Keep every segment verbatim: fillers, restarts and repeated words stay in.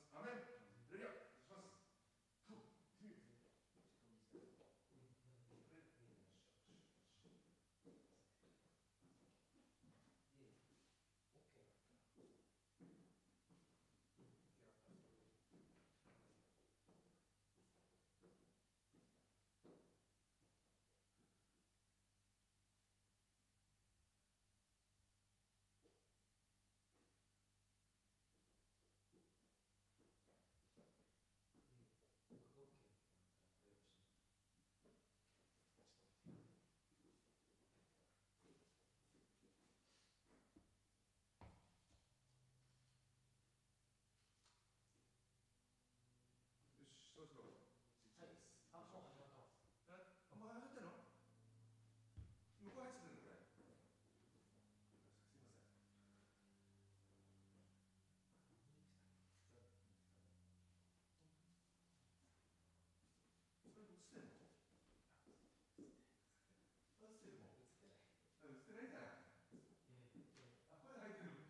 アメン。レリアします。そろそろ。 はい。あ、もう始まってます。 え、あ、もう始まってんの？向こう入ってくるのこれ。すいません。それ映ってんの？映ってるもん。映ってない。映ってないじゃん。あ、声入ってる。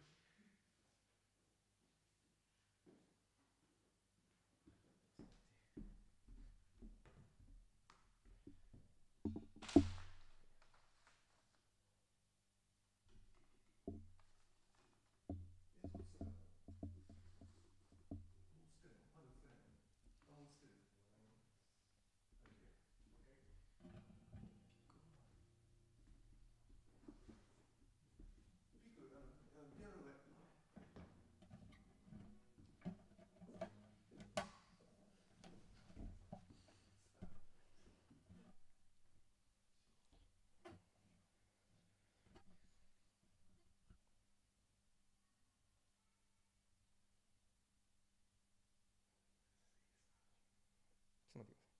ちょっと待ってください。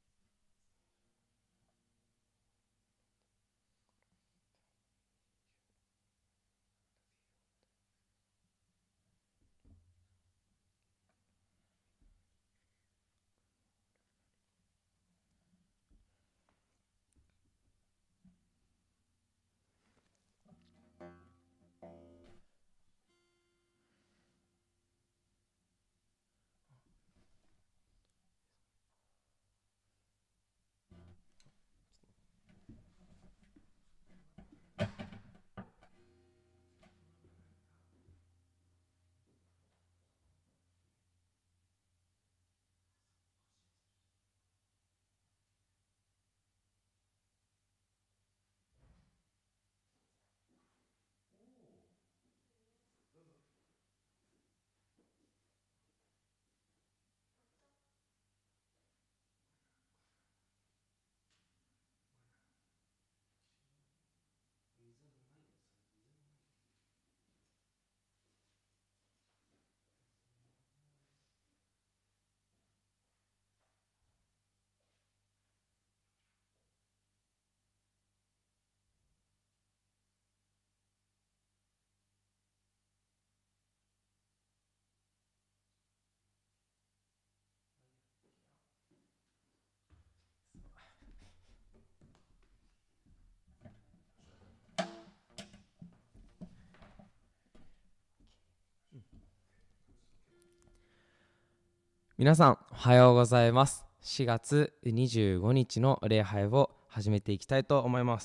皆さんおはようございます。しがつにじゅうごにちの礼拝を始めていきたいと思います。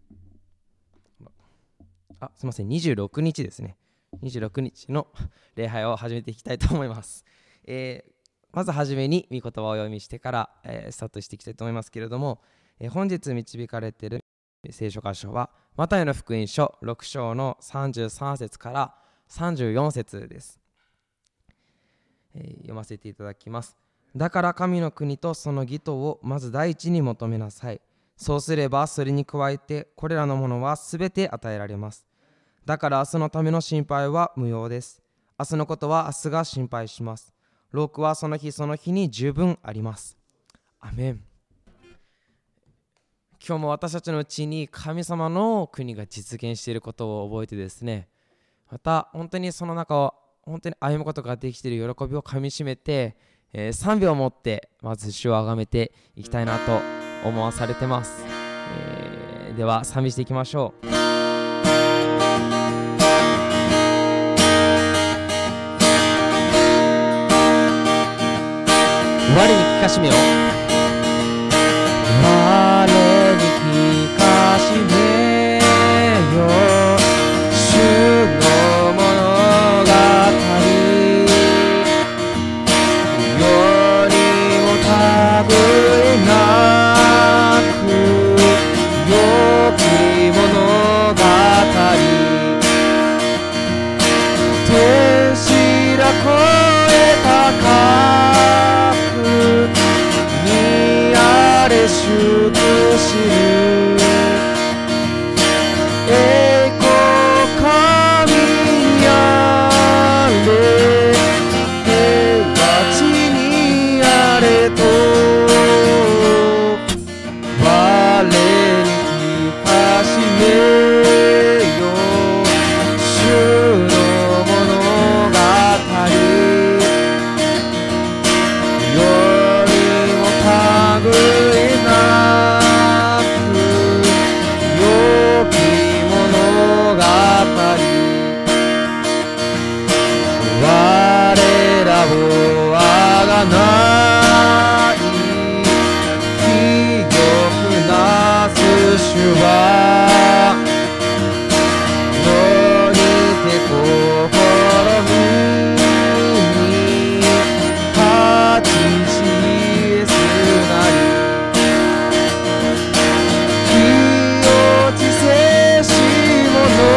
あ、すみません、にじゅうろくにちですね。にじゅうろくにちの礼拝を始めていきたいと思います。えー、まずはじめに御言葉をお読みしてから、えー、スタートしていきたいと思いますけれども、えー、本日導かれている聖書箇所はマタイの福音書ろくしょうのさんじゅうさんせつからさんじゅうよんせつです。えー、読ませていただきます。だから神の国とその義とをまず第一に求めなさい。そうすればそれに加えてこれらのものはすべて与えられます。だから明日のための心配は無用です。明日のことは明日が心配します。労苦はその日その日に十分あります。アメン。今日も私たちのうちに神様の国が実現していることを覚えてですね、また本当にその中を本当に歩むことができている喜びをかみしめて、えー、賛美を持ってまず主をあがめていきたいなと思わされてます。えー、では賛美していきましょう。 我に聞かしめよ。我に聞かしめよ。主の物語、世にもたぐいなく良き物語、天使ら超えたか祝福知る栄光神あれ平和地にあれと我に聞かしめよ。主の物語、世にもたぐいない清くなす主は世にて心身に立ちしすなり清地せし者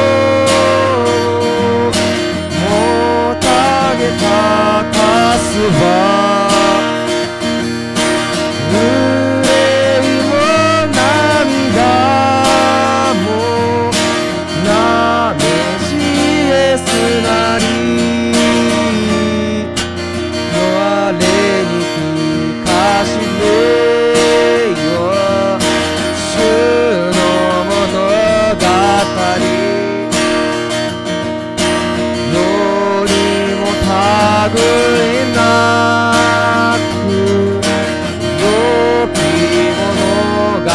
もたげたかすはぐいなく良き物語、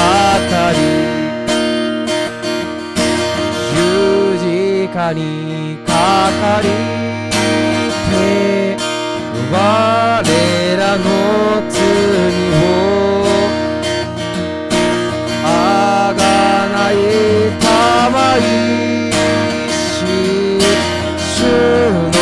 十字架にかかりて我らの罪をあがないたまいし主の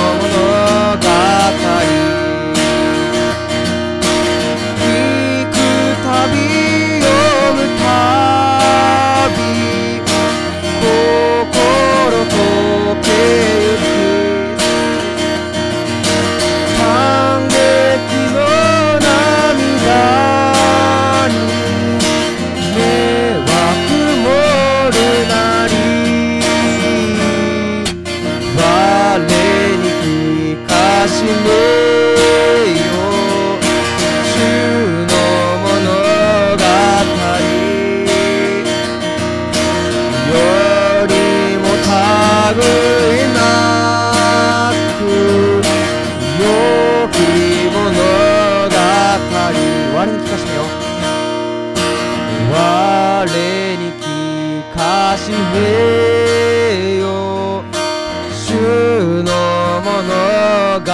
しめよ。主の物語、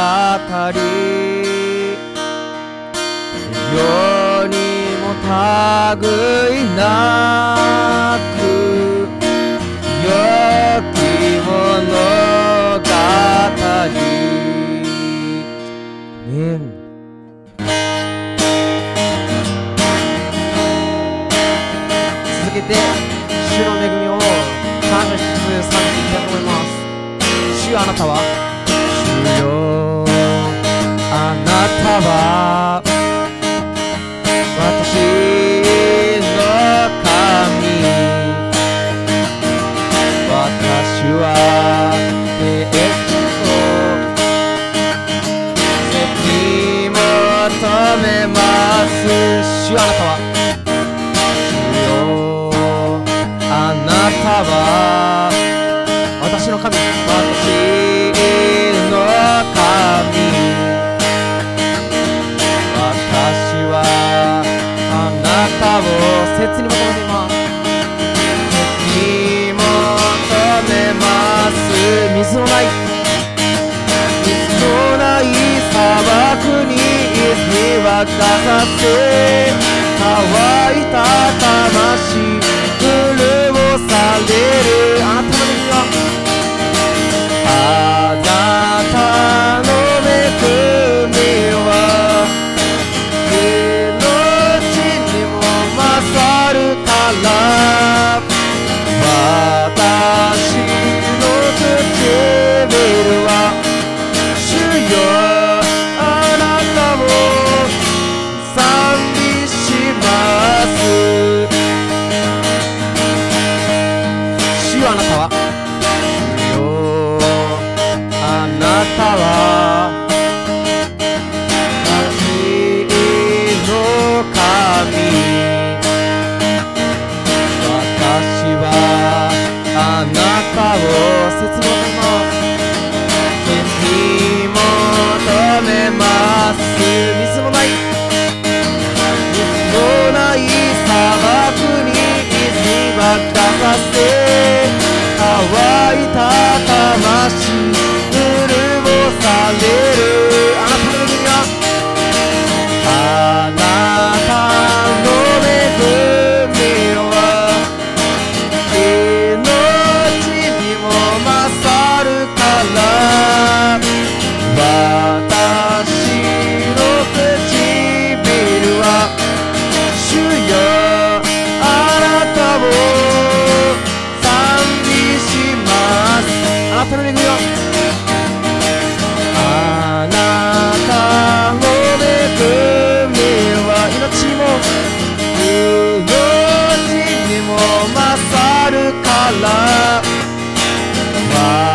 世にもたぐいなく良き物語。メン続けて主の恵みを感謝しつつ賛美していきたいと思います。主よ、あなたは主よ、あなたは私の神、私は平安と責求めます。主よ、あなたはあなたは私の神、私の神、私はあなたを切に求めています。切に求めます。水のない水のない砂漠に泉はせ乾いた魂潤されるあなたの恵みはあなたの恵みは命にも勝るから私の唇は主よあなたを賛美します主よあなたは主よあなたは私の神私はあなたを切望めます水のない水のない砂漠に水ばかさせ乾いた魂潤されるあなたの恵みはあなたの恵みは命にも勝るから私の唇は主よあなたを賛美しますあなたの恵みはあなたの恵みは命も命にも勝るから私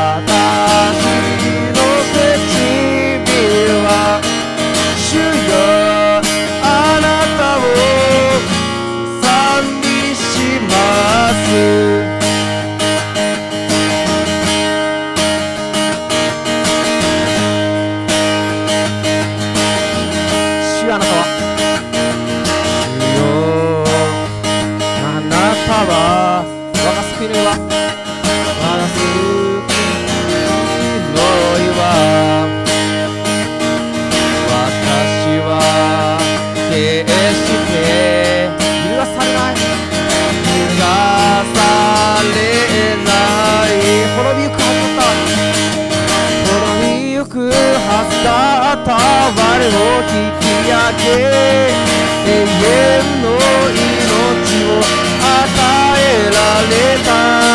の唇は主よあなたを賛美します主よあなたは主よあなたは我が救いの岩我が救いの岩決して揺らされない揺らされない滅びゆくはずだった滅びゆくはずだった我を引き上げ永遠の命を与えられた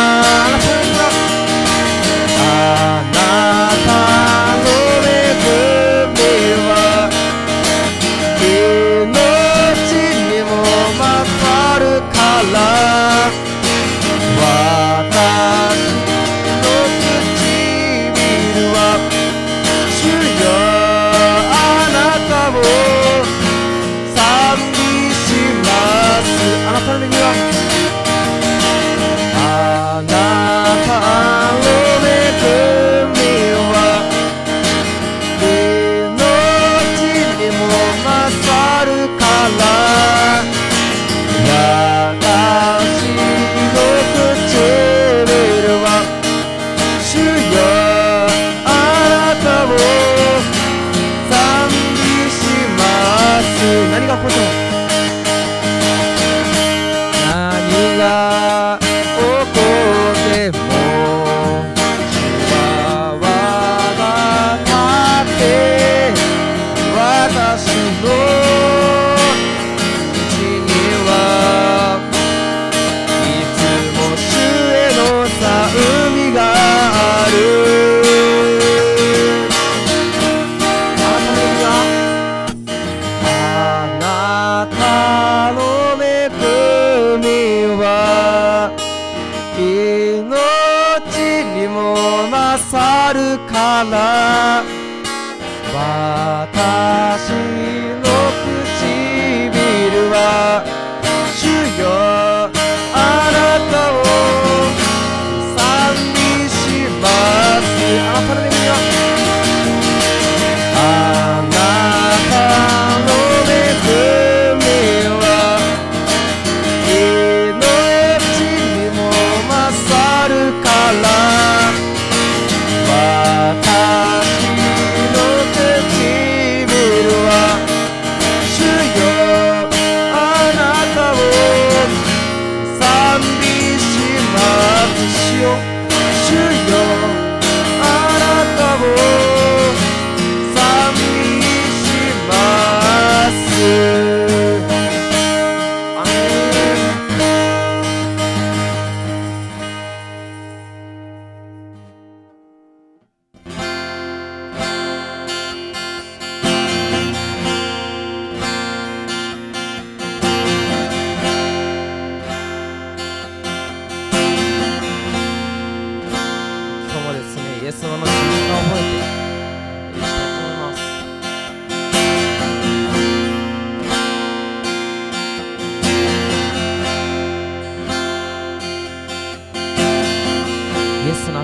あなたの恵みは命にも勝るから私の唇は主よあなたを賛美しますあなたの恵みはあなたの恵みは命にも勝るから私の唇は主よあなたを賛美します何が起こっても何が起こっても主は我が盾私の道にはいつも主への賛美があるあなたの恵みは命にも勝るから私の唇は主よあなたを賛美しますあなたの恵みはあなたの恵みは命にも勝るから私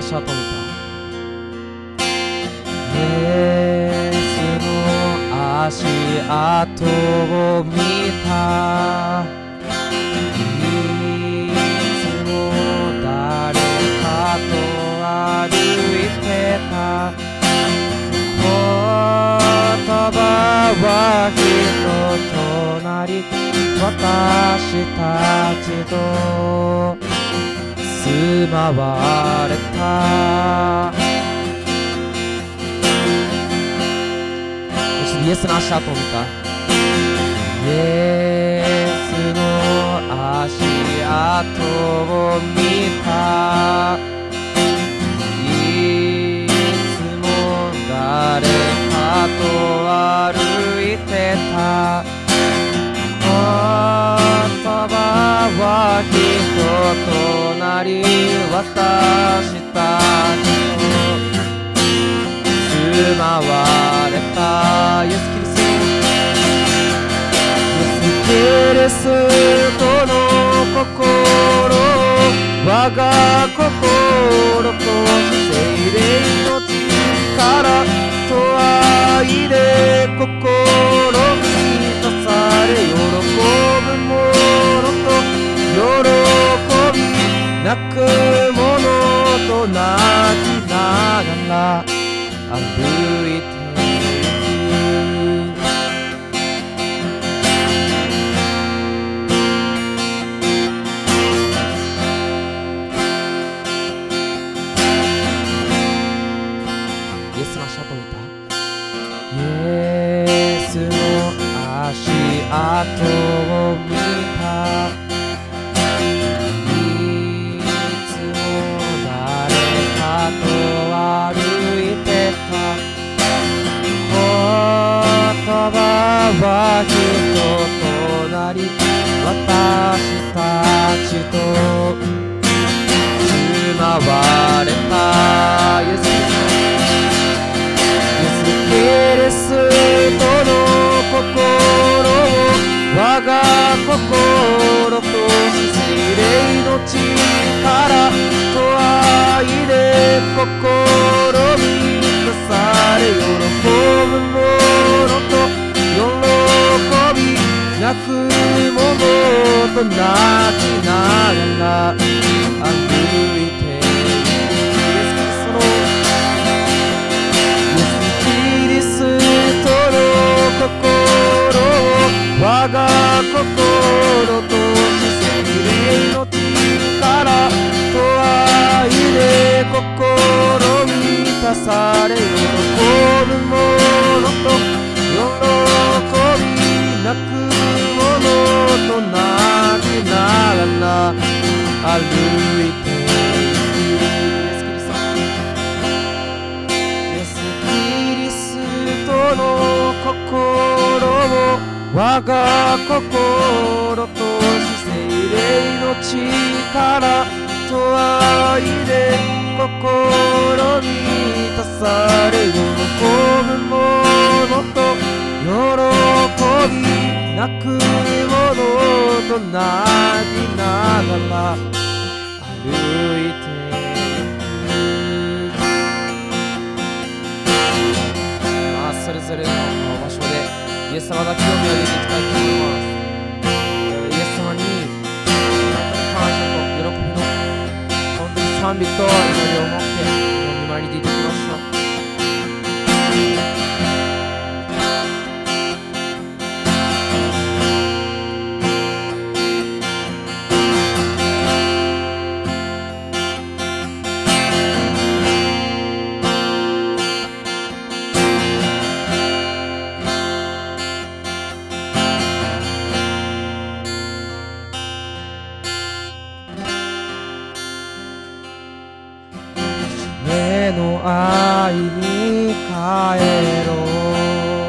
足跡を見た。イエスの足跡を見た。いつも誰かと歩いてた。言葉は人となり、私たちと住まわれた。そしてイエスの足跡を見た。イエスの足跡を見た。いつも誰かと歩いてた。言葉は人となり、私たちと住まわれた。イエス・キリスト、イエス・キリストの心、我が心と聖霊の力と愛で心満たされ、喜ぶ者と喜び泣く者と泣きながら歩いている。イエスの足跡を見た。イエスの足跡を見た。いつも誰かと歩いてた。言葉は人となり、私たちと住まわれた。イエス・キリストの心を我が心とし、聖霊の力と愛で心満たされ、喜ぶ者と喜び泣く者と泣きながら歩いている。イエス・キリストの心を我が心とし、聖霊の力と愛で心満たされ、喜ぶ者と喜び泣く者と泣きながら歩いている。イエス・キリストの心を我が心とし、聖霊の力と愛で心満たされ、喜ぶ者と喜び泣く者と泣きながら歩いている。まあそれぞれの場所でイエス様だけを見上げていきたいと思います。イエス様に感謝と喜びの本当に賛美と祈りを持ってお見舞いに出ていきましょう。の愛に帰ろう。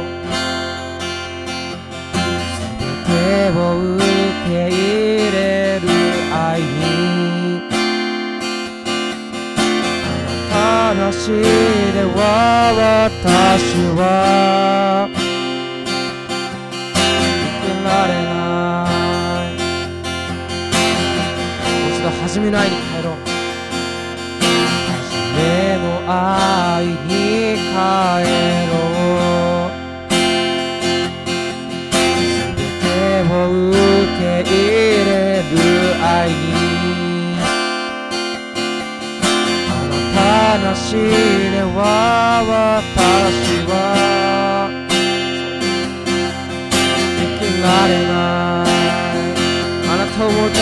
すべてを受け入れる愛に、話では私は生きられない。もう一度初めの愛に帰ろう。 愛に帰ろう。すべてを受け入れる愛に、あなたなしでは私は生きられない。あなたをと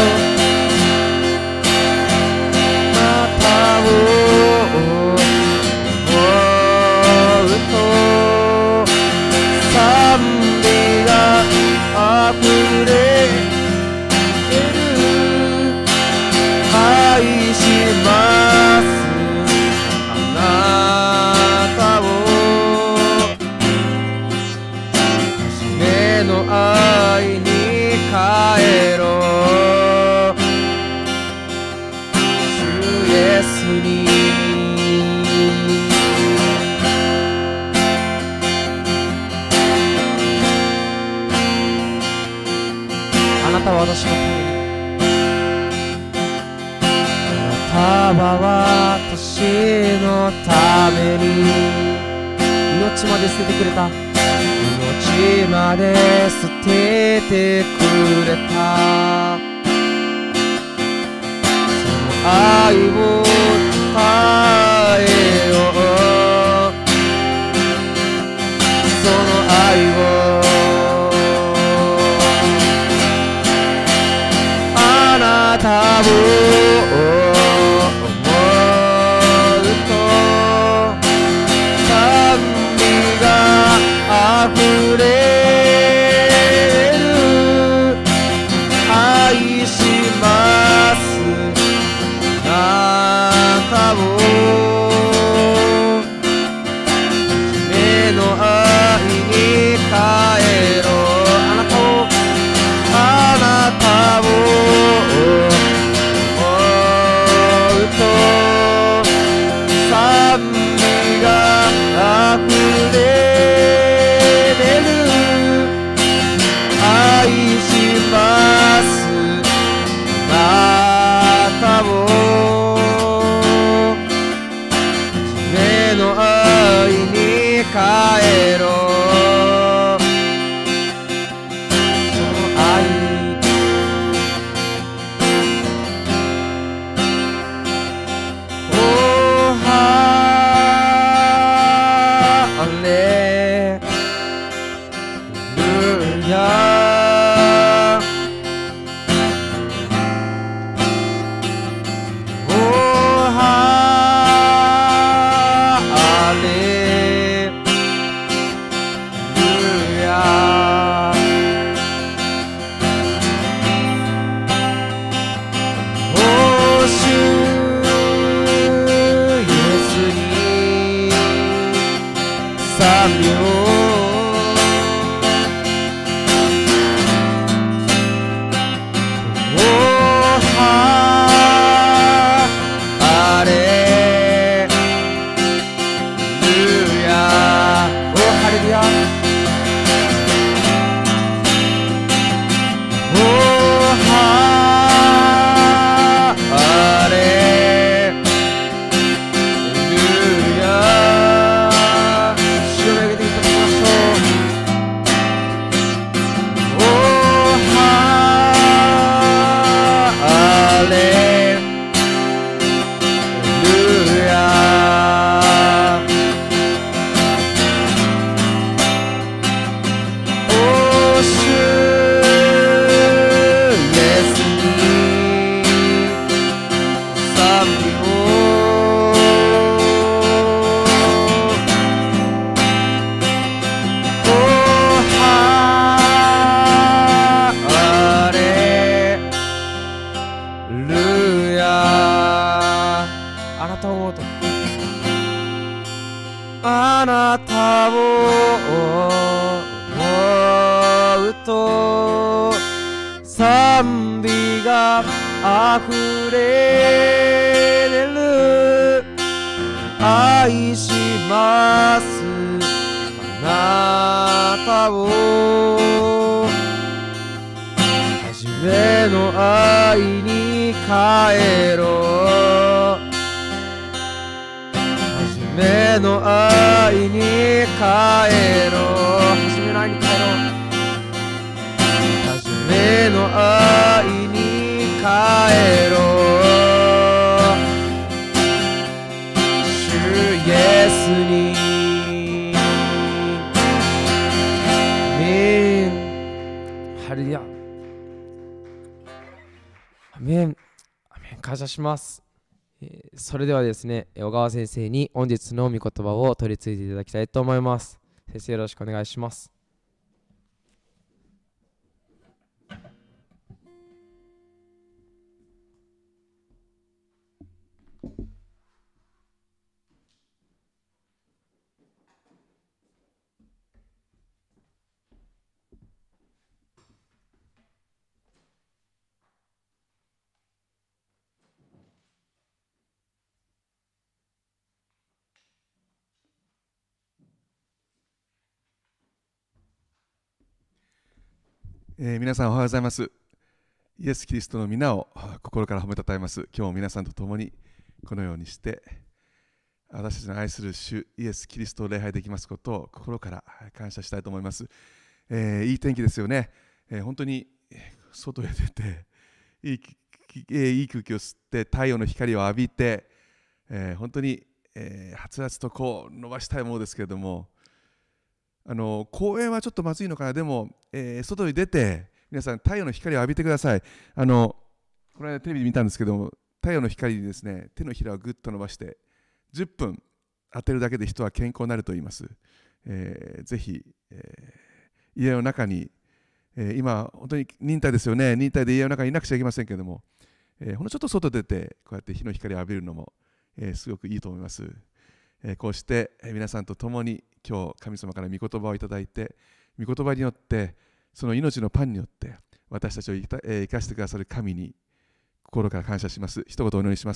あなたを思うと賛美が溢れる。愛しますあなたを。初めの愛に帰ろう。主イエスに。あなたは私のために、あなたは私のために命まで捨ててくれた。命まで捨ててくれた。その愛を伝えよう。その愛をあなたを思うと賛美が溢れる。愛しますあなたを。初めの愛に帰ろう。あなたをあなたを思うと賛美が溢れる。愛しますあなたを。初めの愛に帰ろう。その愛おハレルヤ。あなたを思うと賛美が溢れる。愛しますあなたを。初めの愛に帰ろう。初めの愛に帰ろう初めの愛に帰ろう初めの愛に帰ろう主イエスにハレルヤアメンアメン感謝します、えー、それではですね小川先生に本日の御言葉を取り次いでいただきたいと思います。先生よろしくお願いします。 えー、皆さんおはようございます。イエス・キリストの皆を心から褒めたたえます。今日も皆さんと共にこのようにして私たちの愛する主イエス・キリストを礼拝できますことを心から感謝したいと思います。えー、いい天気ですよね。えー、本当に外へ出ていい、えー、いい空気を吸って太陽の光を浴びて、えー、本当に、えー、はつらつとこう伸ばしたいものですけれども、あの公園はちょっとまずいのかな。でも、えー、外に出て皆さん太陽の光を浴びてください。あのこの間テレビで見たんですけども、太陽の光にですね手のひらをぐっと伸ばしてじゅっぷん当てるだけで人は健康になると言います。えー、ぜひ、えー、家の中に、えー、今本当に忍耐ですよね。忍耐で家の中にいなくちゃいけませんけれども、えー、ほんのちょっと外出てこうやって日の光を浴びるのも、えー、すごくいいと思います。えー、こうして、えー、皆さんと共に今日神様から御言葉をいただいて、御言葉によってその命のパンによって私たちを生か、えー、生かしてくださる神に心から感謝します。一言お祈りします。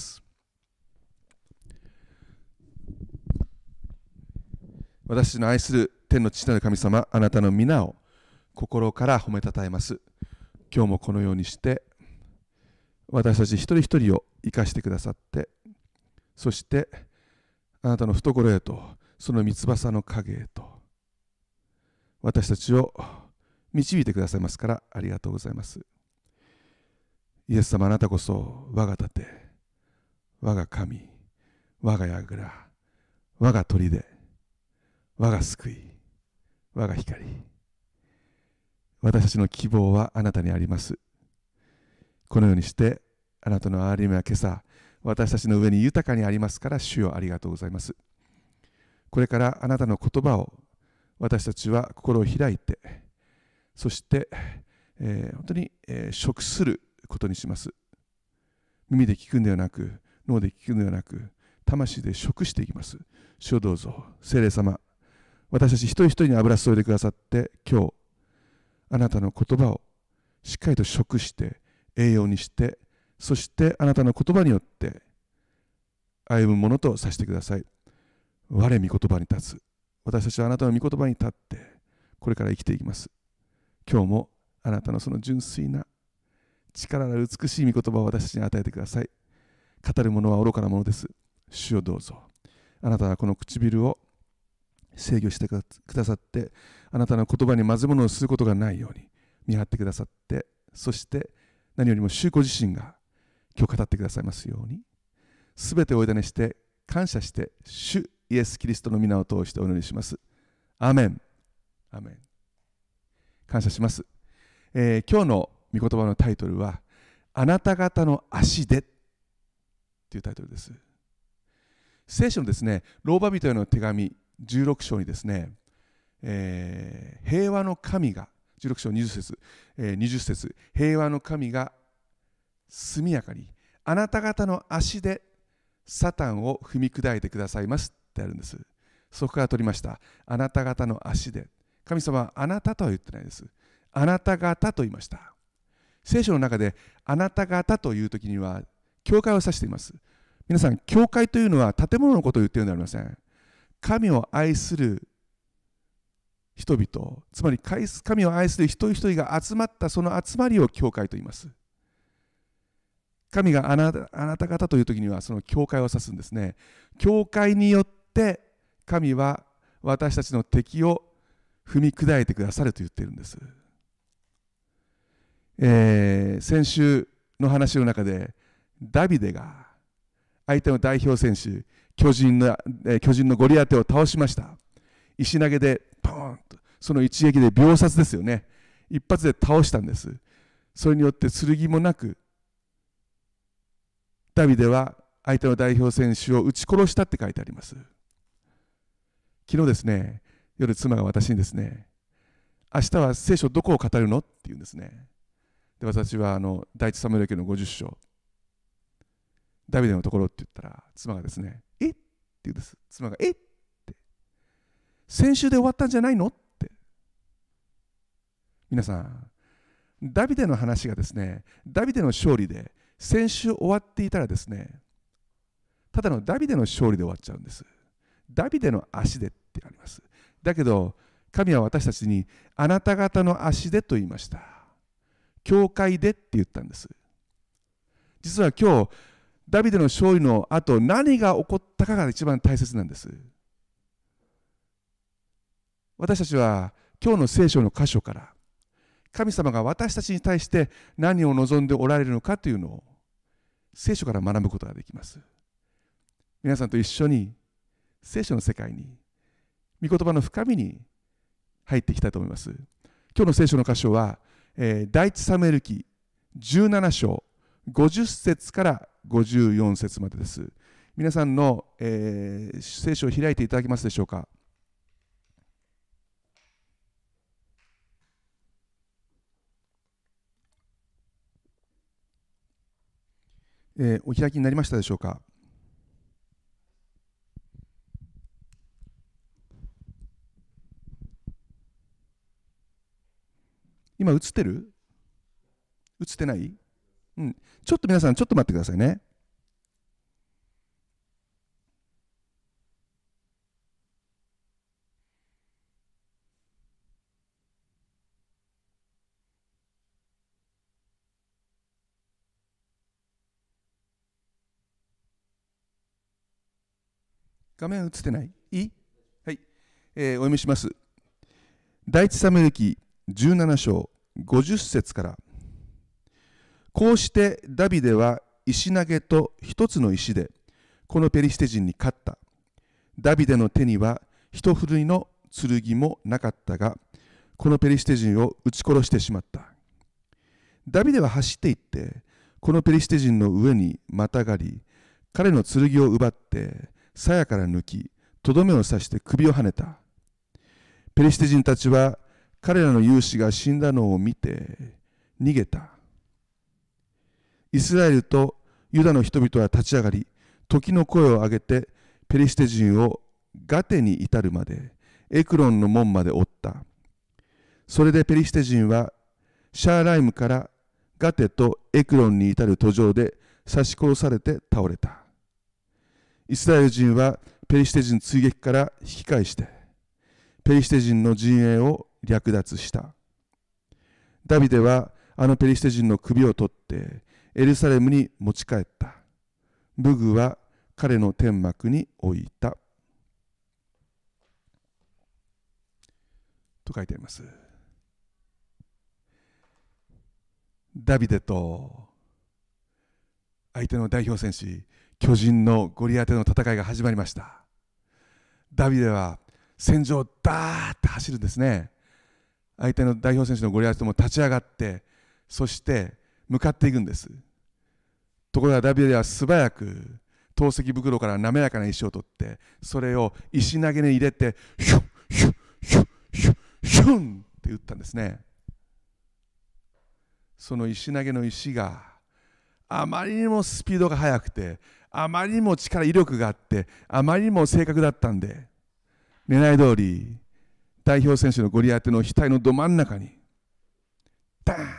私の愛する天の父なる神様、あなたの皆を心から褒めたたえます。今日もこのようにして私たち一人一人を生かしてくださって、そしてあなたの懐へとその三翼の影へと私たちを導いてくださいますからありがとうございます。イエス様、あなたこそ我が盾、我が神、我が櫓、我が砦、我が救い、我が光。私たちの希望はあなたにあります。このようにしてあなたの憐れみは今朝私たちの上に豊かにありますから、主よありがとうございます。これからあなたの言葉を私たちは心を開いて、そして、えー、本当に、えー、食することにします。耳で聞くんではなく、脳で聞くんではなく、魂で食していきます。主をどうぞ、聖霊様、私たち一人一人に油注いでくださって、今日あなたの言葉をしっかりと食して栄養にして、そしてあなたの言葉によって歩むものとさせてください。我御言葉に立つ。私たちはあなたの御言葉に立ってこれから生きていきます。今日もあなたのその純粋な力のある美しい御言葉を私たちに与えてください。語るものは愚かなものです。主をどうぞ、あなたはこの唇を制御してくださって、あなたの言葉にまずいものをすることがないように見張ってくださって、そして何よりも主ご自身が今日語ってくださいますように、すべてをお委ねして感謝して主イエス・キリストの皆を通してお祈りします。アーメン。アーメン。感謝します。えー、今日の御言葉のタイトルは、あなた方の足でというタイトルです。聖書のですね、ローマ人への手紙じゅうろく章にですね、えー、平和の神が、じゅうろく章にじゅっ節、えー、にじゅっ節、平和の神が速やかにあなた方の足でサタンを踏み砕いてくださいますってあるんです。そこから取りました。あなた方の足で。神様はあなたとは言ってないです。あなた方と言いました。聖書の中であなた方というときには教会を指しています。皆さん、教会というのは建物のことを言っているのではありません。神を愛する人々、つまり神を愛する一人一人が集まったその集まりを教会と言います。神があなた、あなた方というときにはその教会を指すんですね。教会によってって神は私たちの敵を踏み砕いてくださると言っているんです。えー、先週の話の中でダビデが相手の代表選手巨人の、えー、巨人のゴリアテを倒しました。石投げでポーンと、その一撃で秒殺ですよね。一発で倒したんです。それによって剣もなくダビデは相手の代表選手を撃ち殺したって書いてあります。昨日ですね、夜妻が私にですね、明日は聖書どこを語るのって言うんですね。で、私はあの第一サムエル記のごじゅっ章、ダビデのところって言ったら、妻がですね、えって言うんです。妻がえって、先週で終わったんじゃないのって。皆さん、ダビデの話がですね、ダビデの勝利で先週終わっていたらですね、ただのダビデの勝利で終わっちゃうんです。ダビデの足でってあります。だけど神は私たちにあなた方の足でと言いました。教会でって言ったんです。実は今日ダビデの勝利の後、何が起こったかが一番大切なんです。私たちは今日の聖書の箇所から神様が私たちに対して何を望んでおられるのかというのを聖書から学ぶことができます。皆さんと一緒に聖書の世界に、御言葉の深みに入っていきたいと思います。今日の聖書の箇所は、えー、第一サムエル記じゅうなな章ごじゅっ節からごじゅうよん節までです。皆さんの、えー、聖書を開いていただけますでしょうか。えー、お開きになりましたでしょうか。今映ってる？映ってない？うん。ちょっと皆さんちょっと待ってくださいね。画面映ってない？いい？はい、えー、お読みします。第一サムエル記じゅうなな章ごじゅっ節から、こうしてダビデは石投げと一つの石でこのペリシテ人に勝った。ダビデの手には一振りの剣もなかったが、このペリシテ人を撃ち殺してしまった。ダビデは走っていってこのペリシテ人の上にまたがり、彼の剣を奪って鞘から抜き、とどめを刺して首をはねた。ペリシテ人たちは彼らの勇士が死んだのを見て逃げた。イスラエルとユダの人々は立ち上がり、時の声を上げてペリシテ人をガテに至るまでエクロンの門まで追った。それでペリシテ人はシャーライムからガテとエクロンに至る途上で刺し殺されて倒れた。イスラエル人はペリシテ人追撃から引き返してペリシテ人の陣営を略奪した。ダビデはあのペリシテ人の首を取ってエルサレムに持ち帰った。武具は彼の天幕に置いた。と書いてあります。ダビデと相手の代表戦士巨人のゴリアテの戦いが始まりました。ダビデは戦場をダーッと走るんですね。相手の代表選手のゴリアテも立ち上がって、そして向かっていくんです。ところがダビデは素早く投石袋から滑らかな石を取って、それを石投げに入れてヒュッヒュッヒュッヒュッヒュンって打ったんですね。その石投げの石があまりにもスピードが速くて、あまりにも力威力があって、あまりにも正確だったんで、狙い通り代表選手のゴリアテの額のど真ん中にダーン。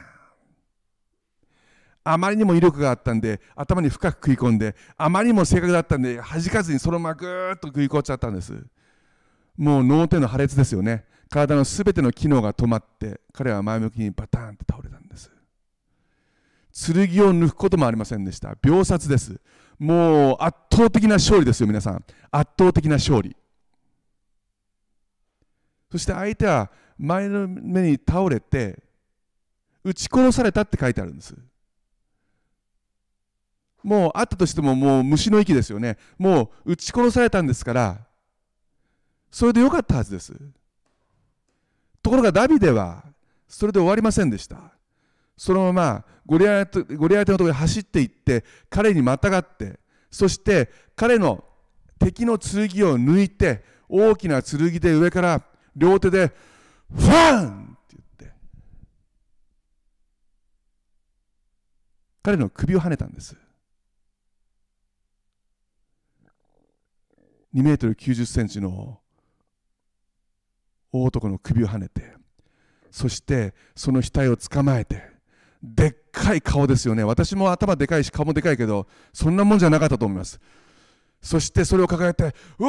あまりにも威力があったんで頭に深く食い込んで、あまりにも正確だったんで弾かずにそのままぐーっと食い込っちゃったんです。もう脳天の破裂ですよね。体のすべての機能が止まって彼は前向きにバターンと倒れたんです。剣を抜くこともありませんでした。秒殺です。 もう圧倒的な勝利ですよ、皆さん。圧倒的な勝利。そして相手は前の目に倒れて撃ち殺されたって書いてあるんです。もうあったとしてももう虫の息ですよね。もう撃ち殺されたんですから、それでよかったはずです。ところがダビデはそれで終わりませんでした。そのままゴリアテ、ゴリアテのところに走っていって彼にまたがって、そして彼の敵の剣を抜いて、大きな剣で上から両手でファンって言って彼の首をはねたんです。にメートルきゅうじゅっセンチの大男の首をはねて、そしてその額を捕まえて、でっかい顔ですよね。私も頭でかいし顔もでかいけど、そんなもんじゃなかったと思います。そしてそれを抱えて、う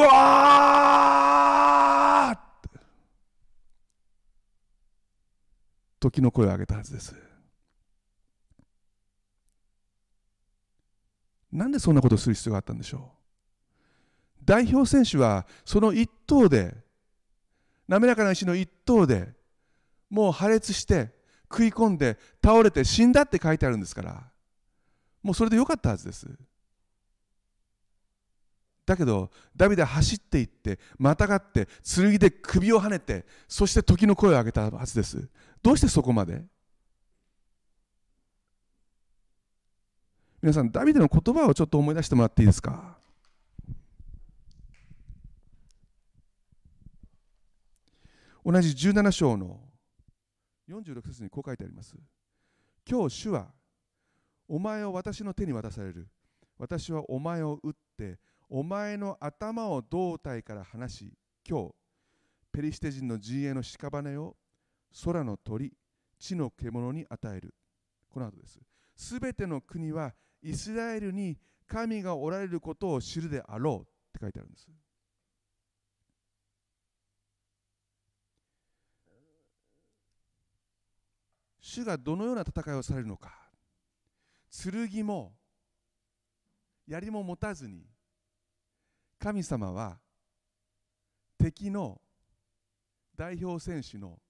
わーって時の声を上げたはずです。なんでそんなことをする必要があったんでしょう。代表選手はその一投で、滑らかな石の一投でもう破裂して食い込んで倒れて死んだって書いてあるんですから、もうそれでよかったはずです。だけどダビデは走っていってまたがって剣で首をはねて、そして時の声を上げたはずです。どうしてそこまで？皆さん、ダビデの言葉をちょっと思い出してもらっていいですか。同じじゅうなな章のよんじゅうろく節にこう書いてあります。今日主はお前を私の手に渡される。私はお前を撃ってお前の頭を胴体から離し、今日ペリシテ人の陣営の屍を空の鳥、地の獣に与える。この後です。すべての国はイスラエルに神がおられることを知るであろうって書いてあるんです。主がどのような戦いをされるのか。剣も槍も持たずに、神様は敵の代表選手の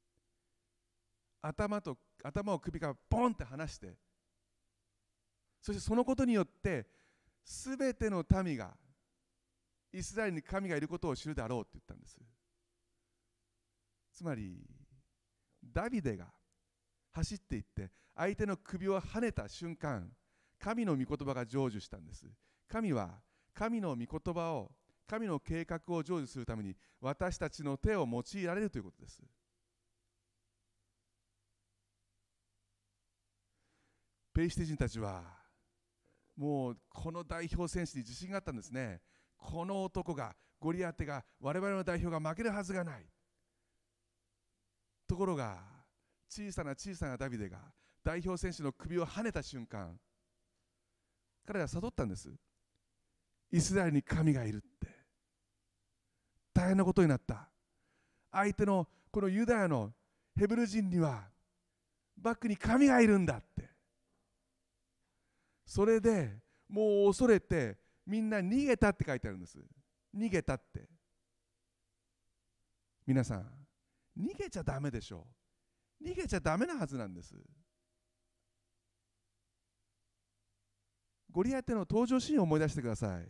頭と頭を首からボンって離して、そしてそのことによってすべての民がイスラエルに神がいることを知るであろうって言ったんです。つまりダビデが走っていって相手の首をはねた瞬間、神の御言葉が成就したんです。神は神の御言葉を、神の計画を成就するために私たちの手を用いられるということです。ペリシテ人たちはもうこの代表選手に自信があったんですね。この男が、ゴリアテが、我々の代表が負けるはずがない。ところが小さな小さなダビデが代表選手の首をはねた瞬間、彼らは悟ったんです。イスラエルに神がいるって。大変なことになった。相手のこのユダヤのヘブル人にはバックに神がいるんだって。それでもう恐れてみんな逃げたって書いてあるんです。逃げたって。皆さん、逃げちゃダメでしょ。逃げちゃダメなはずなんです。ゴリアテの登場シーンを思い出してください。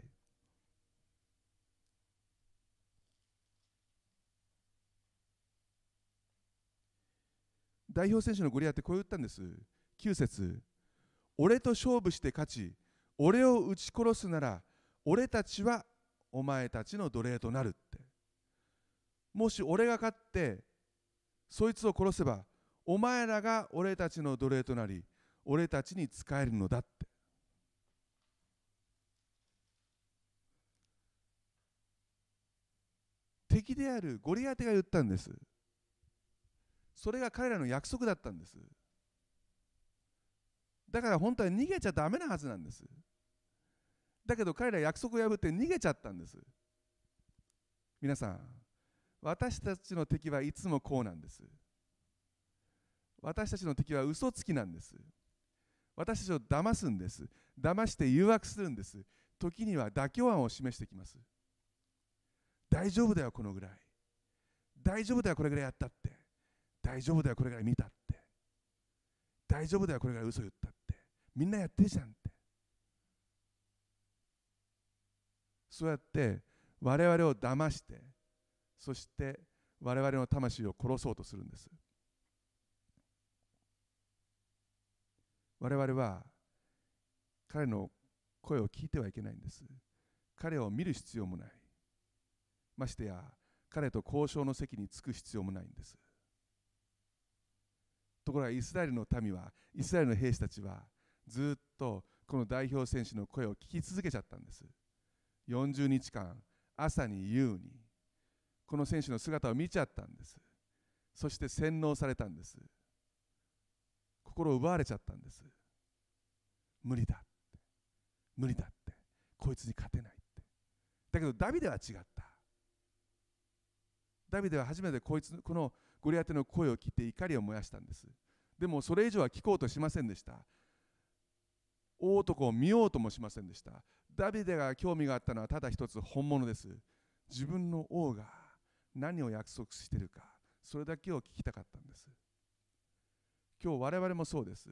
代表選手のゴリアテこう言ったんです。きゅう節、俺と勝負して勝ち、俺を撃ち殺すなら俺たちはお前たちの奴隷となるって。もし俺が勝ってそいつを殺せばお前らが俺たちの奴隷となり、俺たちに仕えるのだって。敵であるゴリアテが言ったんです。それが彼らの約束だったんです。だから本当は逃げちゃダメなはずなんです。だけど彼ら約束を破って逃げちゃったんです。皆さん、私たちの敵はいつもこうなんです。私たちの敵は嘘つきなんです。 私たちを騙すんです。騙して誘惑するんです。時には妥協案を示してきます。大丈夫だよこのぐらい、大丈夫だよこれぐらいやったって、大丈夫だよこれぐらい見たって、大丈夫だよこれぐらい嘘言ったって、みんなやってるじゃんって。そうやって我々を騙して、そして我々の魂を殺そうとするんです。我々は彼の声を聞いてはいけないんです。彼を見る必要もない。ましてや彼と交渉の席に着く必要もないんです。ところがイスラエルの民は、イスラエルの兵士たちはずっとこの代表選手の声を聞き続けちゃったんです。よんじゅうにちかん朝に夕にこの選手の姿を見ちゃったんです。そして洗脳されたんです。心を奪われちゃったんです。無理だって無理だってこいつに勝てないって。だけどダビデは違った。ダビデは初めてこいつこのゴリアテの声を聞いて怒りを燃やしたんです。でもそれ以上は聞こうとしませんでした。大男を見ようともしませんでした。ダビデが興味があったのはただ一つ、本物です。自分の王が何を約束しているか、それだけを聞きたかったんです。今日我々もそうです。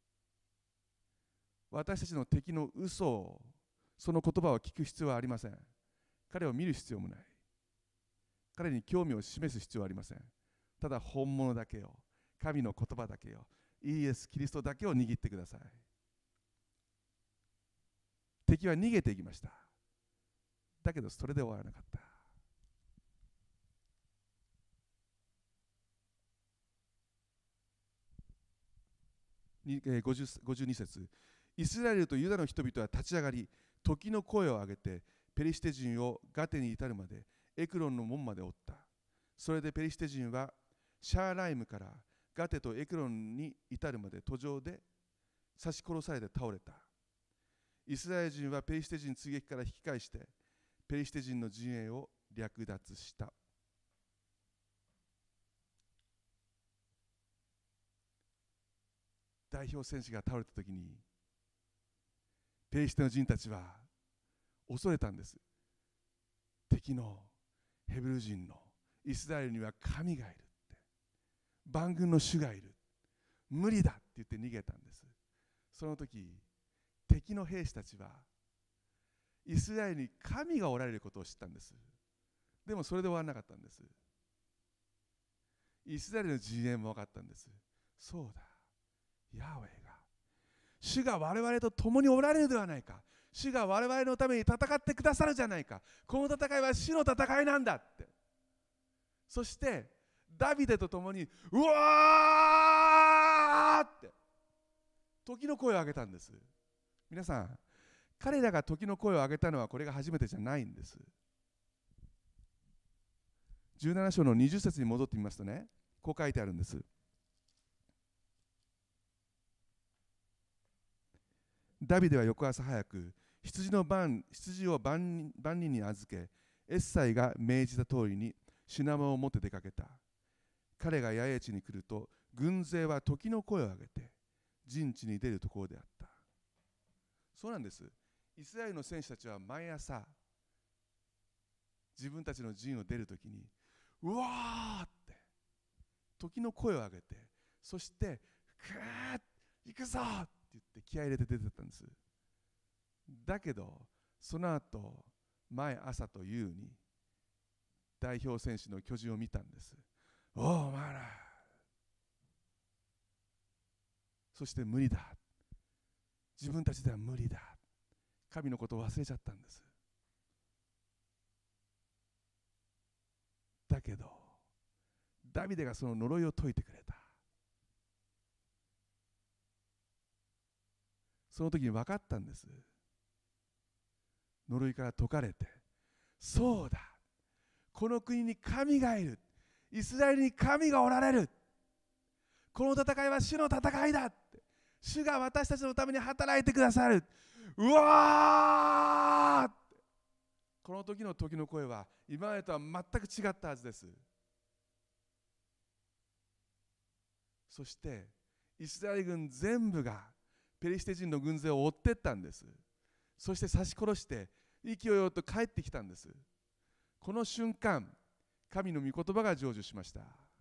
私たちの敵の嘘を、その言葉を聞く必要はありません。彼を見る必要もない。彼に興味を示す必要はありません。ただ本物だけを、神の言葉だけを、イエス・キリストだけを握ってください。敵は逃げていきました。だけどそれで終わらなかった。ごじゅう、ごじゅうに節、イスラエルとユダの人々は立ち上がり、時の声を上げてペリシテ人をガテに至るまでエクロンの門まで追った。それでペリシテ人はシャーライムからガテとエクロンに至るまで途上で刺し殺されて倒れた。イスラエル人はペリシテ人追撃から引き返してペリシテ人の陣営を略奪した。代表戦士が倒れた時にペリシテの人たちは恐れたんです。敵のヘブル人のイスラエルには神がいるって、万軍の主がいる、無理だって言って逃げたんです。その時敵の兵士たちはイスラエルに神がおられることを知ったんです。でもそれで終わらなかったんです。イスラエルの陣営も分かったんです。そうだ、ヤハウェが、主が我々と共におられるではないか、主が我々のために戦ってくださるじゃないか、この戦いは主の戦いなんだって。そしてダビデと共にうわーって時の声を上げたんです。皆さん、彼らが時の声を上げたのはこれが初めてじゃないんです。じゅうなな章のにじゅう節に戻ってみますとね、こう書いてあるんです。ダビデは翌朝早く羊の番羊を番番人に預け、エッサイが命じた通りに品物を持って出かけた。彼が野営地に来ると、軍勢は時の声を上げて陣地に出るところであった。そうなんです。イスラエルの戦士たちは毎朝自分たちの陣を出るときにうわーって時の声を上げて、そしてくーっ行くぞって言って気合い入れて出てったんです。だけどその後毎朝と夕に代表選手の巨人を見たんです。おおお前ら、そして無理だ、自分たちでは無理だ、神のことを忘れちゃったんです。だけどダビデがその呪いを解いてくれた。その時に分かったんです。呪いから解かれて、そうだ、この国に神がいる、イスラエルに神がおられる、この戦いは主の戦いだって、主が私たちのために働いてくださる、うわーって、この時の時の声は今までとは全く違ったはずです。そしてイスラエル軍全部がペリシテ人の軍勢を追ってったんです。そして刺し殺して勢いよと帰ってきたんです。この瞬間、神の御言葉が成就しました。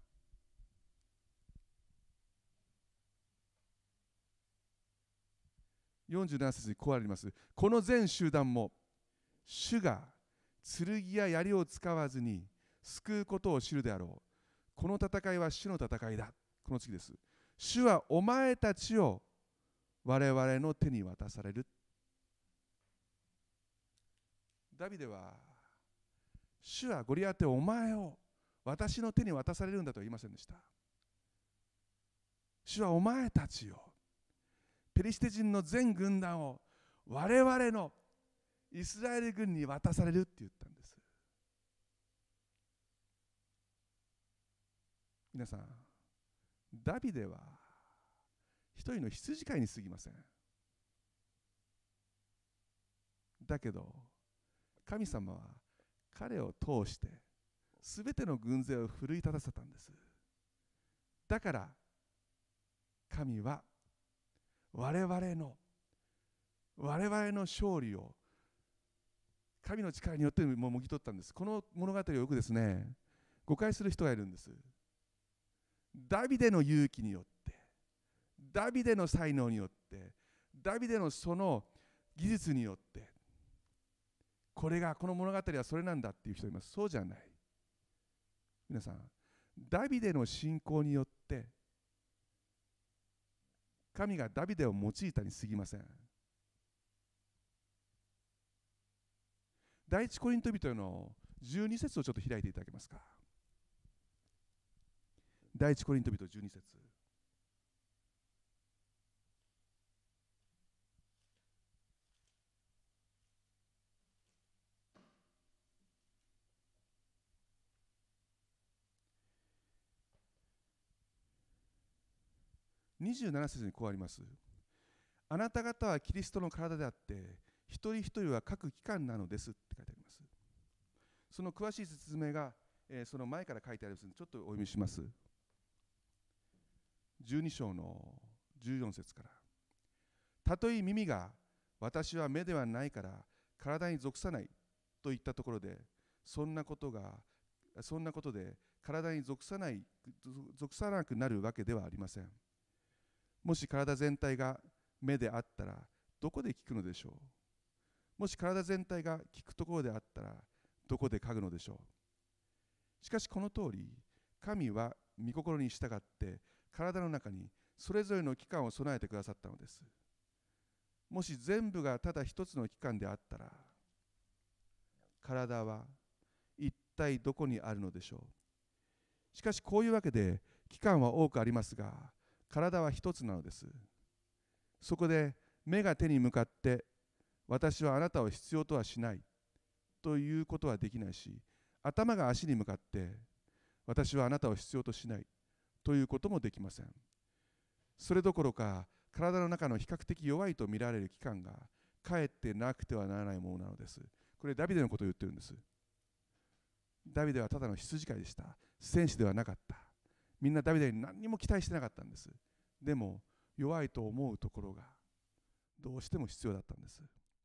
よんじゅうなな節にこうあります。この全集団も主が剣や槍を使わずに救うことを知るであろう。この戦いは主の戦いだ。この次です。主はお前たちを我々の手に渡される。ダビデは、主はゴリアテお前を私の手に渡されるんだとは言いませんでした。主はお前たちを、ペリシテ人の全軍団を我々のイスラエル軍に渡されるって言ったんです。皆さん、ダビデは一人の羊飼いに過ぎません。だけど神様は彼を通してすべての軍勢を奮い立たせたんです。だから神は我々の我々の勝利を神の力によってももぎ取ったんです。この物語をよくですね、誤解する人がいるんです。ダビデの勇気によって、ダビデの才能によって、ダビデのその技術によって、これがこの物語はそれなんだっていう人います。そうじゃない。皆さん、ダビデの信仰によって神がダビデを用いたに過ぎません。第一コリント人のじゅうに節をちょっと開いていただけますか。第一コリント人じゅうに節。にじゅうなな節にこうあります。あなた方はキリストの体であって一人一人は各機関なのですって書いてあります。その詳しい説明が、えー、その前から書いてありますのでちょっとお読みします。じゅうに章のじゅうよん節から、たとえ耳が私は目ではないから体に属さないといったところで、そんなことがそんなことで体に属さない属さなくなるわけではありません。もし体全体が目であったらどこで聞くのでしょう。もし体全体が聞くところであったらどこで嗅ぐのでしょう。しかしこの通り、神は御心に従って体の中にそれぞれの器官を備えてくださったのです。もし全部がただ一つの器官であったら、体は一体どこにあるのでしょう。しかしこういうわけで器官は多くありますが、体は一つなのです。そこで目が手に向かって私はあなたを必要とはしないということはできないし、頭が足に向かって私はあなたを必要としないということもできません。それどころか体の中の比較的弱いと見られる器官がかえってなくてはならないものなのです。これダビデのことを言ってるんです。ダビデはただの羊飼いでした。戦士ではなかった。みんなダビデに何にも期待してなかったんです。でも弱いと思うところがどうしても必要だったんです。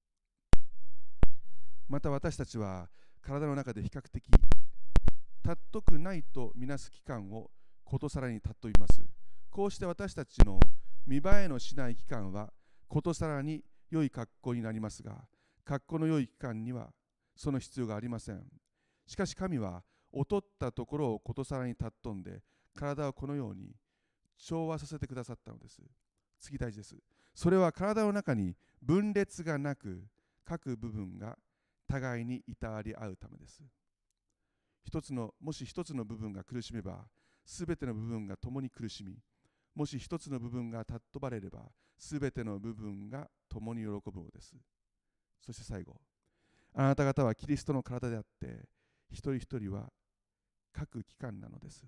また私たちは体の中で比較的尊くないとみなす器官をことさらに尊びます。こうして私たちの見栄えのしない器官はことさらに良い格好になりますが、格好の良い器官にはその必要がありません。しかし神は劣ったところをことさらに尊んで体をこのように調和させてくださったのです。次大事です。それは体の中に分裂がなく、各部分が互いにいたわり合うためです。一つのもし一つの部分が苦しめば、すべての部分が共に苦しみ、もし一つの部分が尊ばれれば、すべての部分が共に喜ぶのです。そして最後、あなた方はキリストの体であって、一人一人は各器官なのです。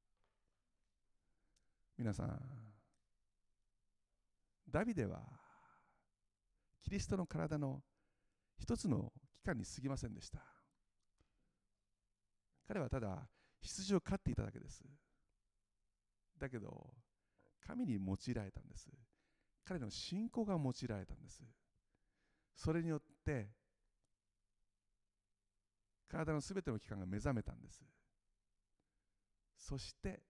皆さん、ダビデはキリストの体の一つの器官に過ぎませんでした。彼はただ羊を飼っていただけです。だけど神に用いられたんです。 彼の信仰が用いられたんです。それによって体のすべての器官が目覚めたんです。そして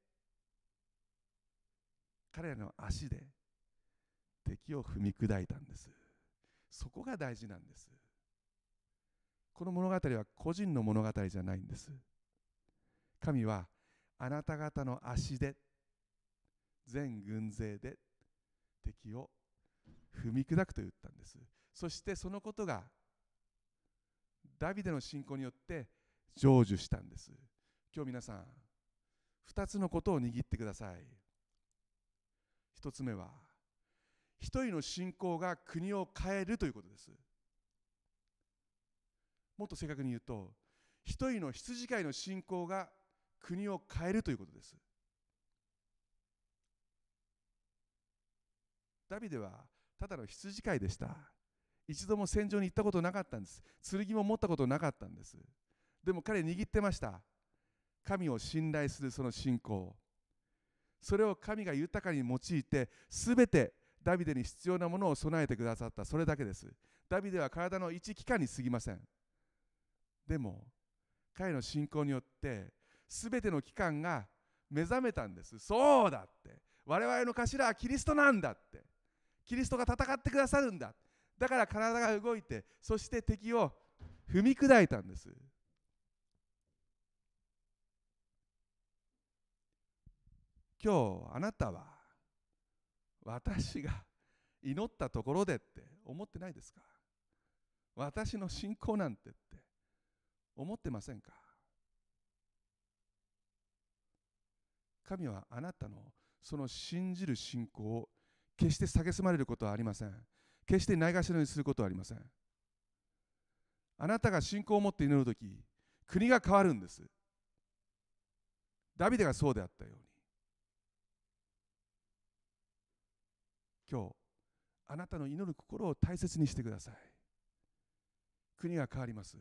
彼らの足で敵を踏み砕いたんです。そこが大事なんです。この物語は個人の物語じゃないんです。神はあなた方の足で全軍勢で敵を踏み砕くと言ったんです。そしてそのことがダビデの信仰によって成就したんです。今日皆さん二つのことを握ってください。一つ目は一人の信仰が国を変えるということです。もっと正確に言うと、一人の羊飼いの信仰が国を変えるということです。ダビデはただの羊飼いでした。一度も戦場に行ったことなかったんです。剣も持ったことなかったんです。でも彼握ってました。神を信頼するその信仰。それを神が豊かに用いて、すべてダビデに必要なものを備えてくださった。それだけです。ダビデは体の一器官に過ぎません。でも彼の信仰によってすべての器官が目覚めたんです。そうだって、我々の頭はキリストなんだって、キリストが戦ってくださるんだ、だから体が動いて、そして敵を踏み砕いたんです。今日あなたは私が祈ったところでって思ってないですか？私の信仰なんてって思ってませんか？神はあなたのその信じる信仰を決して蔑まれることはありません。決してないがしろにすることはありません。あなたが信仰を持って祈るとき、国が変わるんです。ダビデがそうであったように、今日あなたの祈る心を大切にしてください。国が変わります。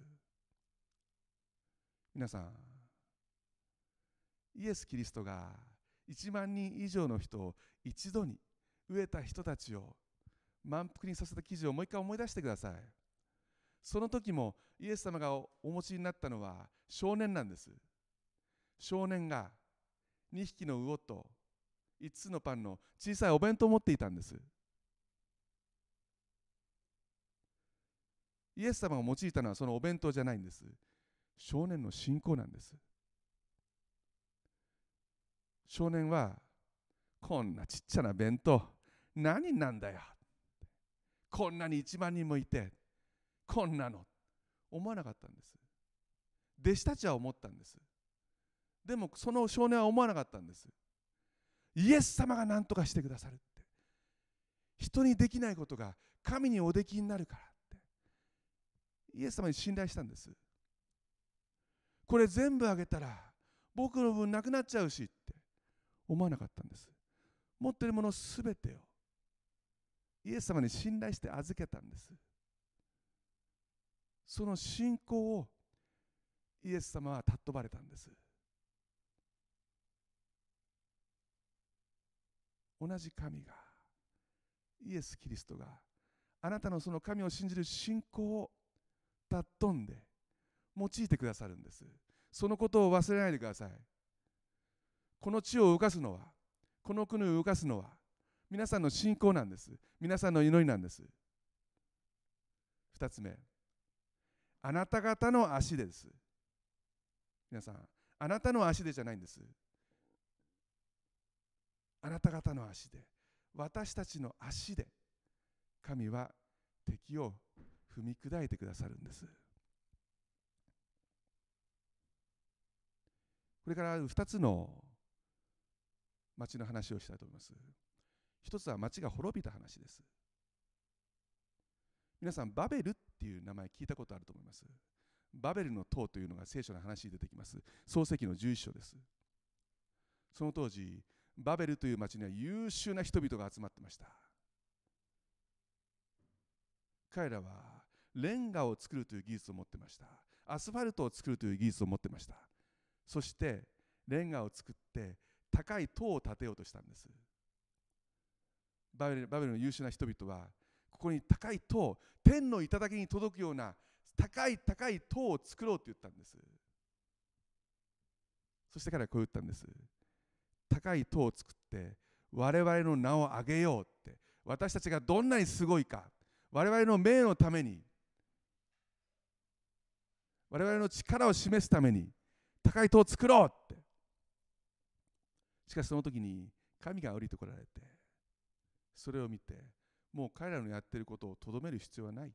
皆さん、イエス・キリストがいちまんにん以上の人を一度に飢えた人たちを満腹にさせた記事をもう一回思い出してください。その時もイエス様がお持ちになったのは少年なんです。少年がにひきの魚といつつのパンの小さいお弁当を持っていたんです。イエス様が用いたのはそのお弁当じゃないんです。少年の信仰なんです。少年はこんなちっちゃな弁当何なんだよ、こんなにいちまんにんもいてこんなの思わなかったんです。弟子たちは思ったんです。でもその少年は思わなかったんです。イエス様が何とかしてくださるって、人にできないことが神におできになるからってイエス様に信頼したんです。これ全部あげたら僕の分なくなっちゃうしって思わなかったんです。持っているものすべてをイエス様に信頼して預けたんです。その信仰をイエス様は尊ばれたんです。同じ神が、イエス・キリストがあなたのその神を信じる信仰を尊んで用いてくださるんです。そのことを忘れないでください。この地を動かすのは、この国を動かすのは皆さんの信仰なんです。皆さんの祈りなんです。二つ目、あなた方の足でです。皆さん、あなたの足でじゃないんです。あなた方の足で、私たちの足で神は敵を踏み砕いてくださるんです。これからふたつの町の話をしたいと思います。一つは町が滅びた話です。皆さん、バベルっていう名前聞いたことあると思います。バベルの塔というのが聖書の話に出てきます。創世記のじゅういっ章です。その当時、バベルという町には優秀な人々が集まってました。彼らはレンガを作るという技術を持ってました。アスファルトを作るという技術を持ってました。そしてレンガを作って高い塔を建てようとしたんです。 バベル、バベルの優秀な人々はここに高い塔、天の頂に届くような高い高い塔を作ろうと言ったんです。そして彼はこう言ったんです。高い塔を作って我々の名を上げようって、私たちがどんなにすごいか、我々の名のために、我々の力を示すために高い塔を作ろうって。しかしその時に神が降りてこられて、それを見て、もう彼らのやっていることをとどめる必要はない。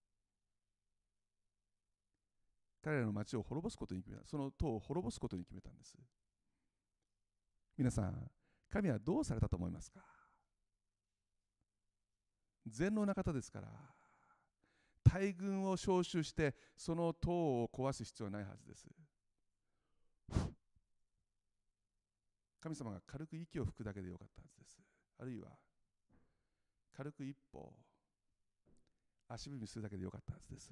彼らの町を滅ぼすことに決めた。その塔を滅ぼすことに決めたんです。皆さん、神はどうされたと思いますか？全能な方ですから、大軍を招集してその塔を壊す必要はないはずです。神様が軽く息を吹くだけでよかったはずです。あるいは軽く一歩足踏みするだけでよかったはずです。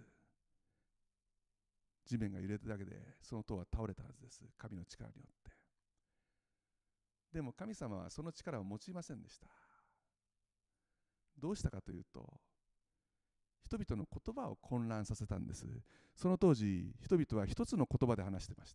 地面が揺れただけでその塔は倒れたはずです。神の力によって。でも神様はその力を用いませんでした。どうしたかというと、人々の言葉を混乱させたんです。その当時、人々は一つの言葉で話していました。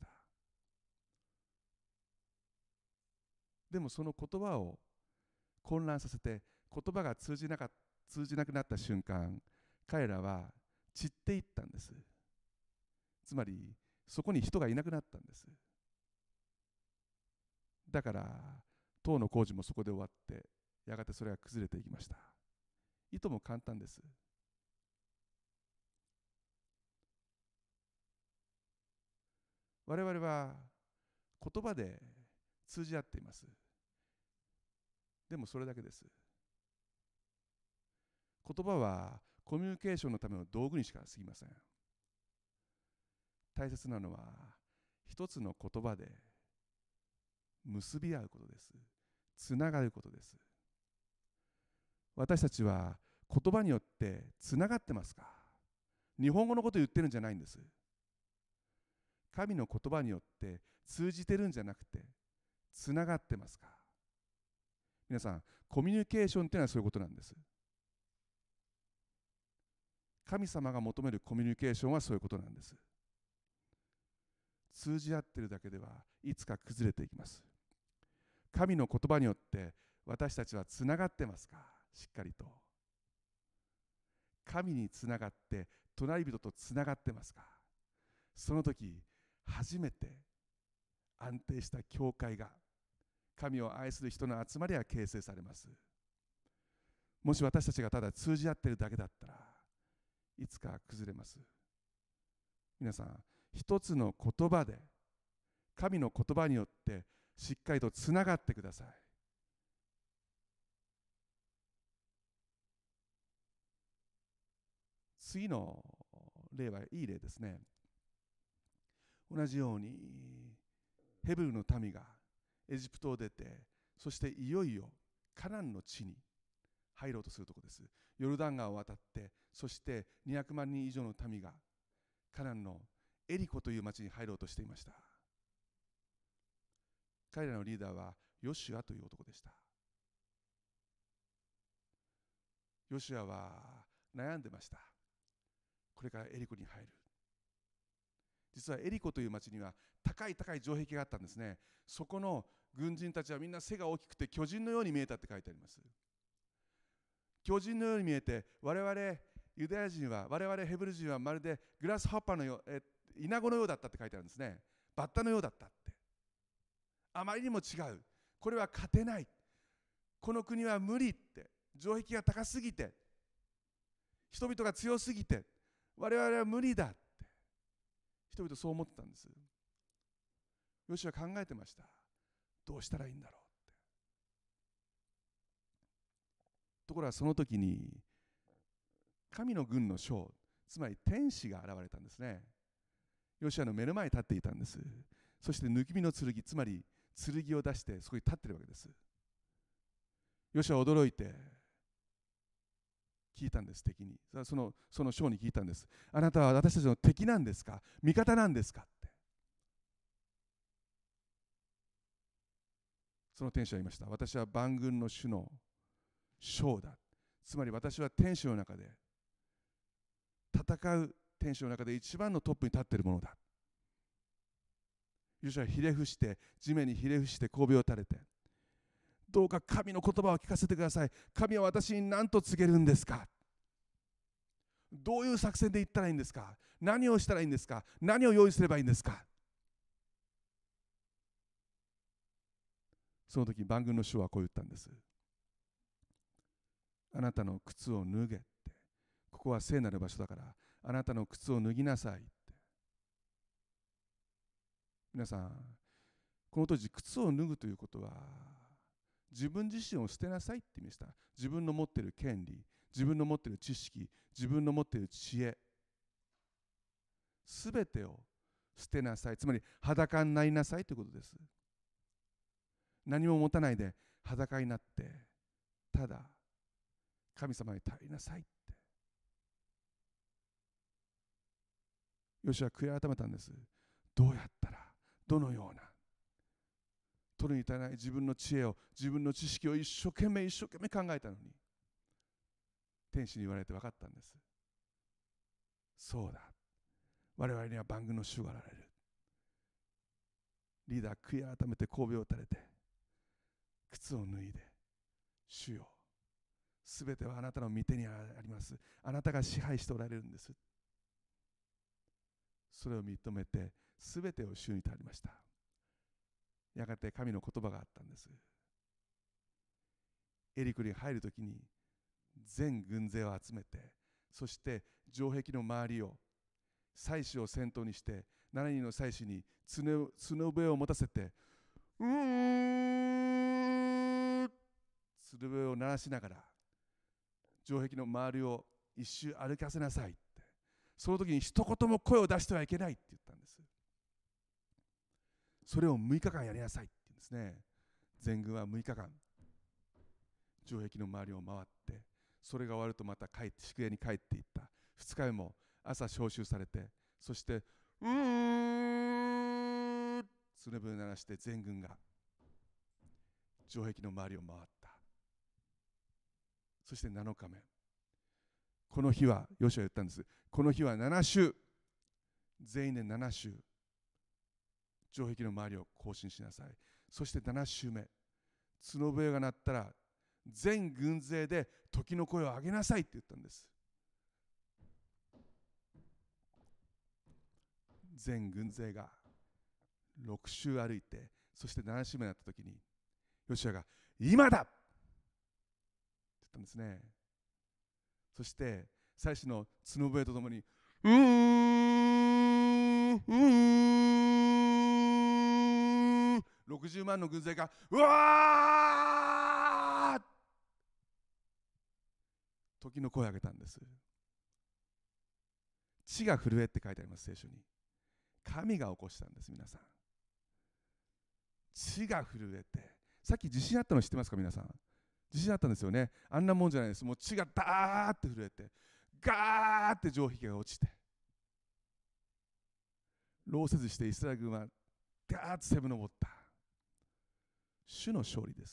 でもその言葉を混乱させて、言葉が通じなか、通じなくなった瞬間、彼らは散っていったんです。つまり、そこに人がいなくなったんです。だから、塔の工事もそこで終わって、やがてそれが崩れていきました。意図も簡単です。我々は言葉で通じ合っています。でもそれだけです。言葉はコミュニケーションのための道具にしか過ぎません。大切なのは一つの言葉で結び合うことです。つながることです。私たちは言葉によってつながってますか？日本語のことを言ってるんじゃないんです。神の言葉によって通じてるんじゃなくてつながってますか？皆さん、コミュニケーションっていうのはそういうことなんです。神様が求めるコミュニケーションはそういうことなんです。通じ合ってるだけではいつか崩れていきます。神の言葉によって私たちはつながってますか？しっかりと。神につながって隣人とつながってますか？その時初めて安定した教会が、神を愛する人の集まりが形成されます。もし私たちがただ通じ合っているだけだったらいつか崩れます。皆さん、一つの言葉で、神の言葉によってしっかりとつながってください。次の例はいい例ですね。同じようにヘブルの民がエジプトを出て、そしていよいよカナンの地に入ろうとするところです。ヨルダン川を渡って、そしてにひゃくまんにん以上の民がカナンのエリコという町に入ろうとしていました。彼らのリーダーはヨシュアという男でした。ヨシュアは悩んでました。これからエリコに入る。実はエリコという町には高い高い城壁があったんですね。そこの軍人たちはみんな背が大きくて巨人のように見えたって書いてあります。巨人のように見えて、我々ユダヤ人は、我々ヘブル人はまるでグラスハッパーのよう、えイナゴのようだったって書いてあるんですね。バッタのようだったって。あまりにも違う。これは勝てない。この国は無理って。城壁が高すぎて、人々が強すぎて、我々は無理だって。人々そう思ってたんです。ヨシュア考えてました。どうしたらいいんだろうって。ところがその時に神の軍の将、つまり天使が現れたんですね。ヨシュアの目の前に立っていたんです。そして抜き身の剣、つまり剣を出してそこに立っているわけです。ヨシュアは驚いて聞いたんです。敵に、そのその将に聞いたんです。あなたは私たちの敵なんですか、味方なんですかって。その天使は言いました。私は万軍の主の将だ。つまり私は天使の中で、戦う天使の中で一番のトップに立っているものだ。ヨシュアはひれ伏して、地面にひれ伏して首を垂れて、どうか神の言葉を聞かせてください。神は私に何と告げるんですか。どういう作戦で行ったらいいんですか。何をしたらいいんですか。何を用意すればいいんですか。その時万軍の主はこう言ったんです。あなたの靴を脱げって。ここは聖なる場所だからあなたの靴を脱ぎなさいって。皆さん、この当時靴を脱ぐということは自分自身を捨てなさいって言いました。自分の持っている権利、自分の持っている知識、自分の持っている知恵、すべてを捨てなさい。つまり裸になりなさいということです。何も持たないで裸になってただ神様に頼りなさいって。ヨシュアは悔い改めたんです。どうやったら、どのような取るに足らない自分の知恵を、自分の知識を一生懸命一生懸命考えたのに、天使に言われて分かったんです。そうだ、我々には万軍の主がおられる。リーダー、悔い改めて首を垂れて靴を脱いで、主よ、すべてはあなたの御手にあります。あなたが支配しておられるんです。それを認めてすべてを主に頼りました。やがて神の言葉があったんです。エリコに入るときに全軍勢を集めて、そして城壁の周りを祭司を先頭にしてしちにんの祭司に角笛を持たせて、うーん、角笛を鳴らしながら城壁の周りを一周歩かせなさいって。その時に一言も声を出してはいけないって言ったんです。それをむいかかんやりなさいって言うんですね。全軍はむいかかん城壁の周りを回って、それが終わるとまた帰って宿営に帰っていった。ふつかめも朝召集されて、そしてうーん角笛を鳴らして全軍が城壁の周りを回った。そしてなのかめ、この日はヨシュア言ったんです。この日はなな週、全員でなな週城壁の周りを行進しなさい。そしてなな週目、角笛が鳴ったら全軍勢で時の声を上げなさいって言ったんです。全軍勢がろく周歩いて、そしてなな週目になった時にヨシュアが今だって言ったんですね。そして祭司の角笛とともにうーんうーんろくじゅうまんの軍勢がうわー時の声を上げたんです。地が震えって書いてあります、聖書に。神が起こしたんです。皆さん、地が震えて、さっき地震あったの知ってますか。皆さん、地震あったんですよね。あんなもんじゃないです。もう地がダーって震えて、ガーって城壁が落ちて、労せずしてイスラエル軍はガーッと攻め上った。主の勝利です。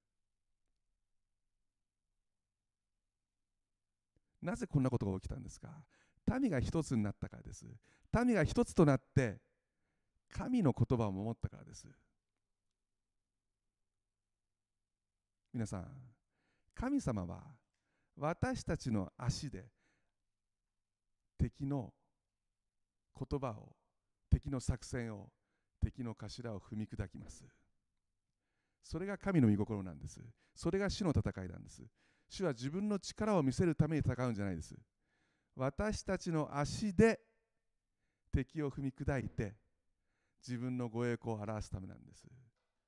なぜこんなことが起きたんですか。民が一つになったからです。民が一つとなって神の言葉を守ったからです。皆さん、神様は私たちの足で敵の言葉を、敵の作戦を、敵の頭を踏み砕きます。それが神の御心なんです。それが主の戦いなんです。主は自分の力を見せるために戦うんじゃないです。私たちの足で敵を踏み砕いて自分のご栄光を表すためなんです。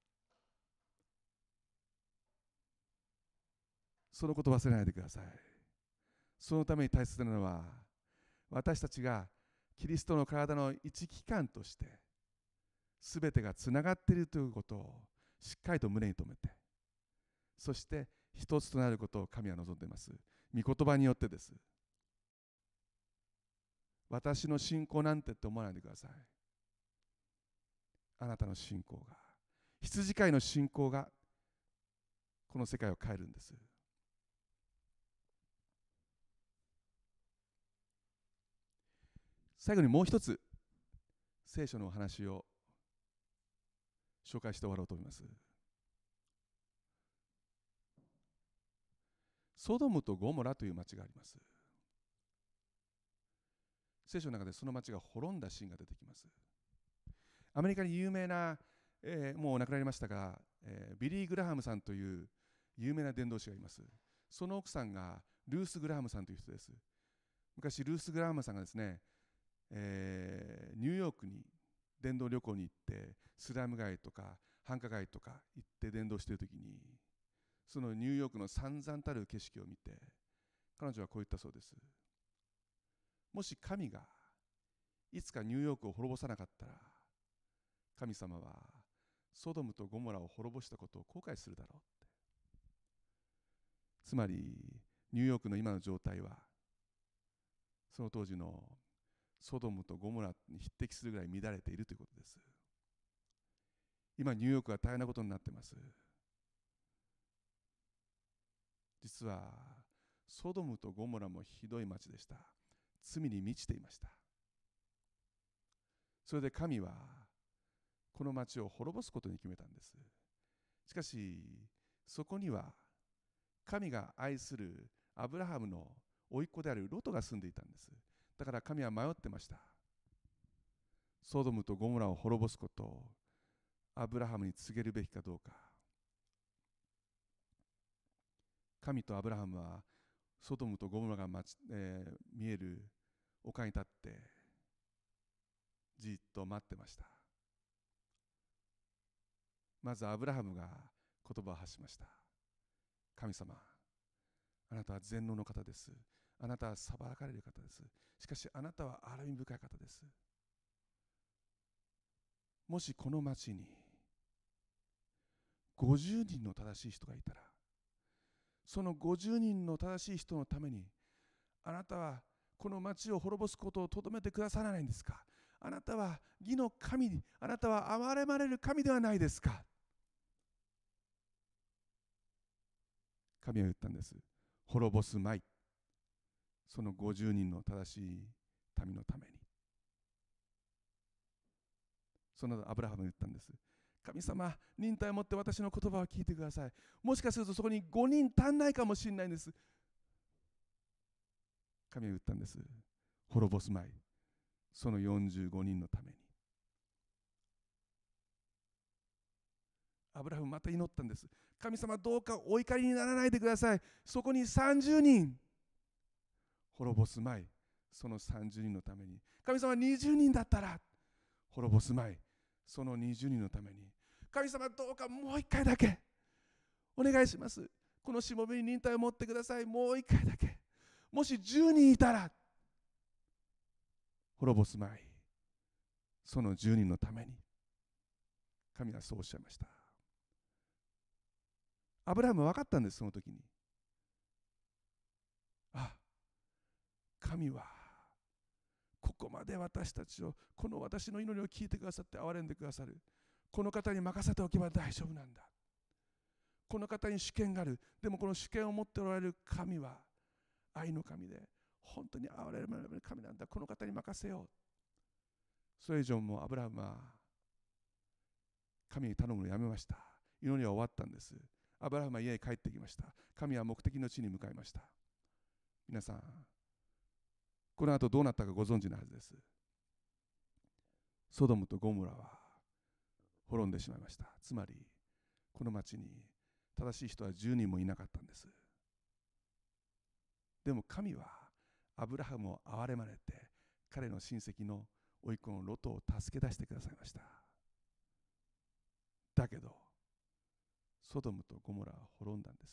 そのことを忘れないでください。そのために大切なのは、私たちがキリストの体の一機関として全てがつながっているということをしっかりと胸に留めて、そして一つとなることを神は望んでいます。御言葉によってです。私の信仰なんてって思わないでください。あなたの信仰が、羊飼いの信仰がこの世界を変えるんです。 最後にもう一つ聖書のお話を紹介して終わろうと思います。ソドムとゴモラという町があります。聖書の中でその町が滅んだシーンが出てきます。アメリカに有名な、えー、もう亡くなりましたが、えー、ビリー・グラハムさんという有名な伝道師がいます。その奥さんがルース・グラハムさんという人です。昔ルース・グラハムさんがですね、えー、ニューヨークに伝道旅行に行ってスラム街とか繁華街とか行って伝道しているときに、そのニューヨークの散々たる景色を見て彼女はこう言ったそうです。もし神がいつかニューヨークを滅ぼさなかったら、神様はソドムとゴモラを滅ぼしたことを後悔するだろうって。つまりニューヨークの今の状態はその当時のソドムとゴモラに匹敵するぐらい乱れているということです。今ニューヨークは大変なことになっています。実はソドムとゴモラもひどい町でした。罪に満ちていました。それで神はこの町を滅ぼすことに決めたんです。しかしそこには神が愛するアブラハムの甥っ子であるロトが住んでいたんです。だから神は迷ってました。ソドムとゴモラを滅ぼすことをアブラハムに告げるべきかどうか。神とアブラハムはソドムとゴモラが待ち、えー、見える丘に立ってじっと待ってました。まずアブラハムが言葉を発しました。神様、あなたは全能の方です。あなたは裁かれる方です。しかしあなたは憐れみ深い方です。もしこの町にごじゅうにんの正しい人がいたら、そのごじゅうにんの正しい人のためにあなたはこの町を滅ぼすことをとどめてくださらないんですか。あなたは義の神、あなたは憐れまれる神ではないですか。神は言ったんです。滅ぼすまい、そのごじゅうにんの正しい民のために。そのアブラハムは言ったんです。神様、忍耐を持って私の言葉を聞いてください。もしかするとそこにごにん足んないかもしれないんです。神は言ったんです。滅ぼすまい、そのよんじゅうごにんのために。アブラハムまた祈ったんです。神様、どうかお怒りにならないでください。そこにさんじゅうにん滅ぼすまい、そのさんじゅうにんのために。神様、にじゅうにんだったら滅ぼすまい、そのにじゅうにんのために。神様、どうかもう一回だけお願いします。このしもべに忍耐を持ってください。もう一回だけ。もしじゅうにんいたら滅ぼすまい、そのじゅうにんのために。神はそうおっしゃいました。アブラハムは分かったんです。その時に、あ、神はここまで私たちを、この私の祈りを聞いてくださって憐れんでくださる。この方に任せておけば大丈夫なんだ。この方に主権がある。でもこの主権を持っておられる神は愛の神で、本当に憐れまれる神なんだ。この方に任せよう。それ以上もアブラハムは神に頼むのをやめました。祈りは終わったんです。アブラハムは家に帰ってきました。神は目的の地に向かいました。皆さん、この後どうなったかご存知のはずです。ソドムとゴモラは滅んでしまいました。つまりこの町に正しい人はじゅうにんもいなかったんです。でも神はアブラハムを憐れまれて、彼の親戚の甥っ子のロトを助け出してくださいました。だけどソドムとゴモラは滅んだんです。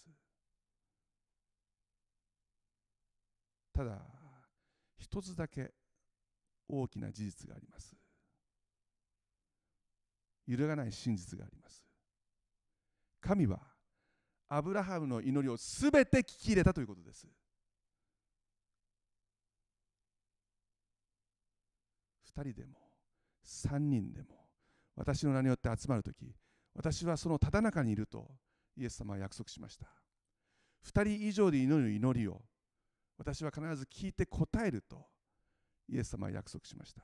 ただ一つだけ大きな事実があります。揺るがない真実があります。神はアブラハムの祈りをすべて聞き入れたということです。二人でも三人でも私の名によって集まるとき、私はそのただ中にいるとイエス様は約束しました。二人以上で祈る祈りを私は必ず聞いて答えるとイエス様は約束しました。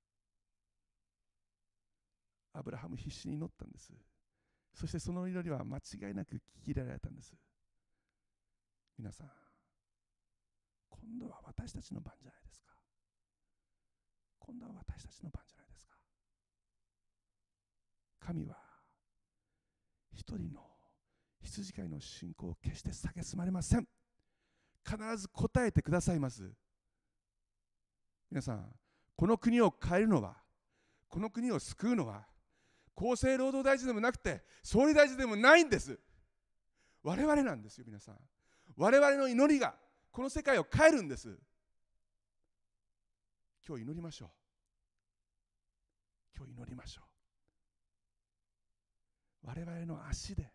アブラハム必死に祈ったんです。そしてその祈りは間違いなく聞き入れられたんです。皆さん、今度は私たちの番じゃないですか。今度は私たちの番じゃないですか。神は一人の羊飼いの信仰を決して蔑まれません。必ず答えてくださいます。皆さん、この国を変えるのは、この国を救うのは厚生労働大臣でもなくて総理大臣でもないんです。我々なんですよ。皆さん、我々の祈りがこの世界を変えるんです。今日祈りましょう。今日祈りましょう。我々の足で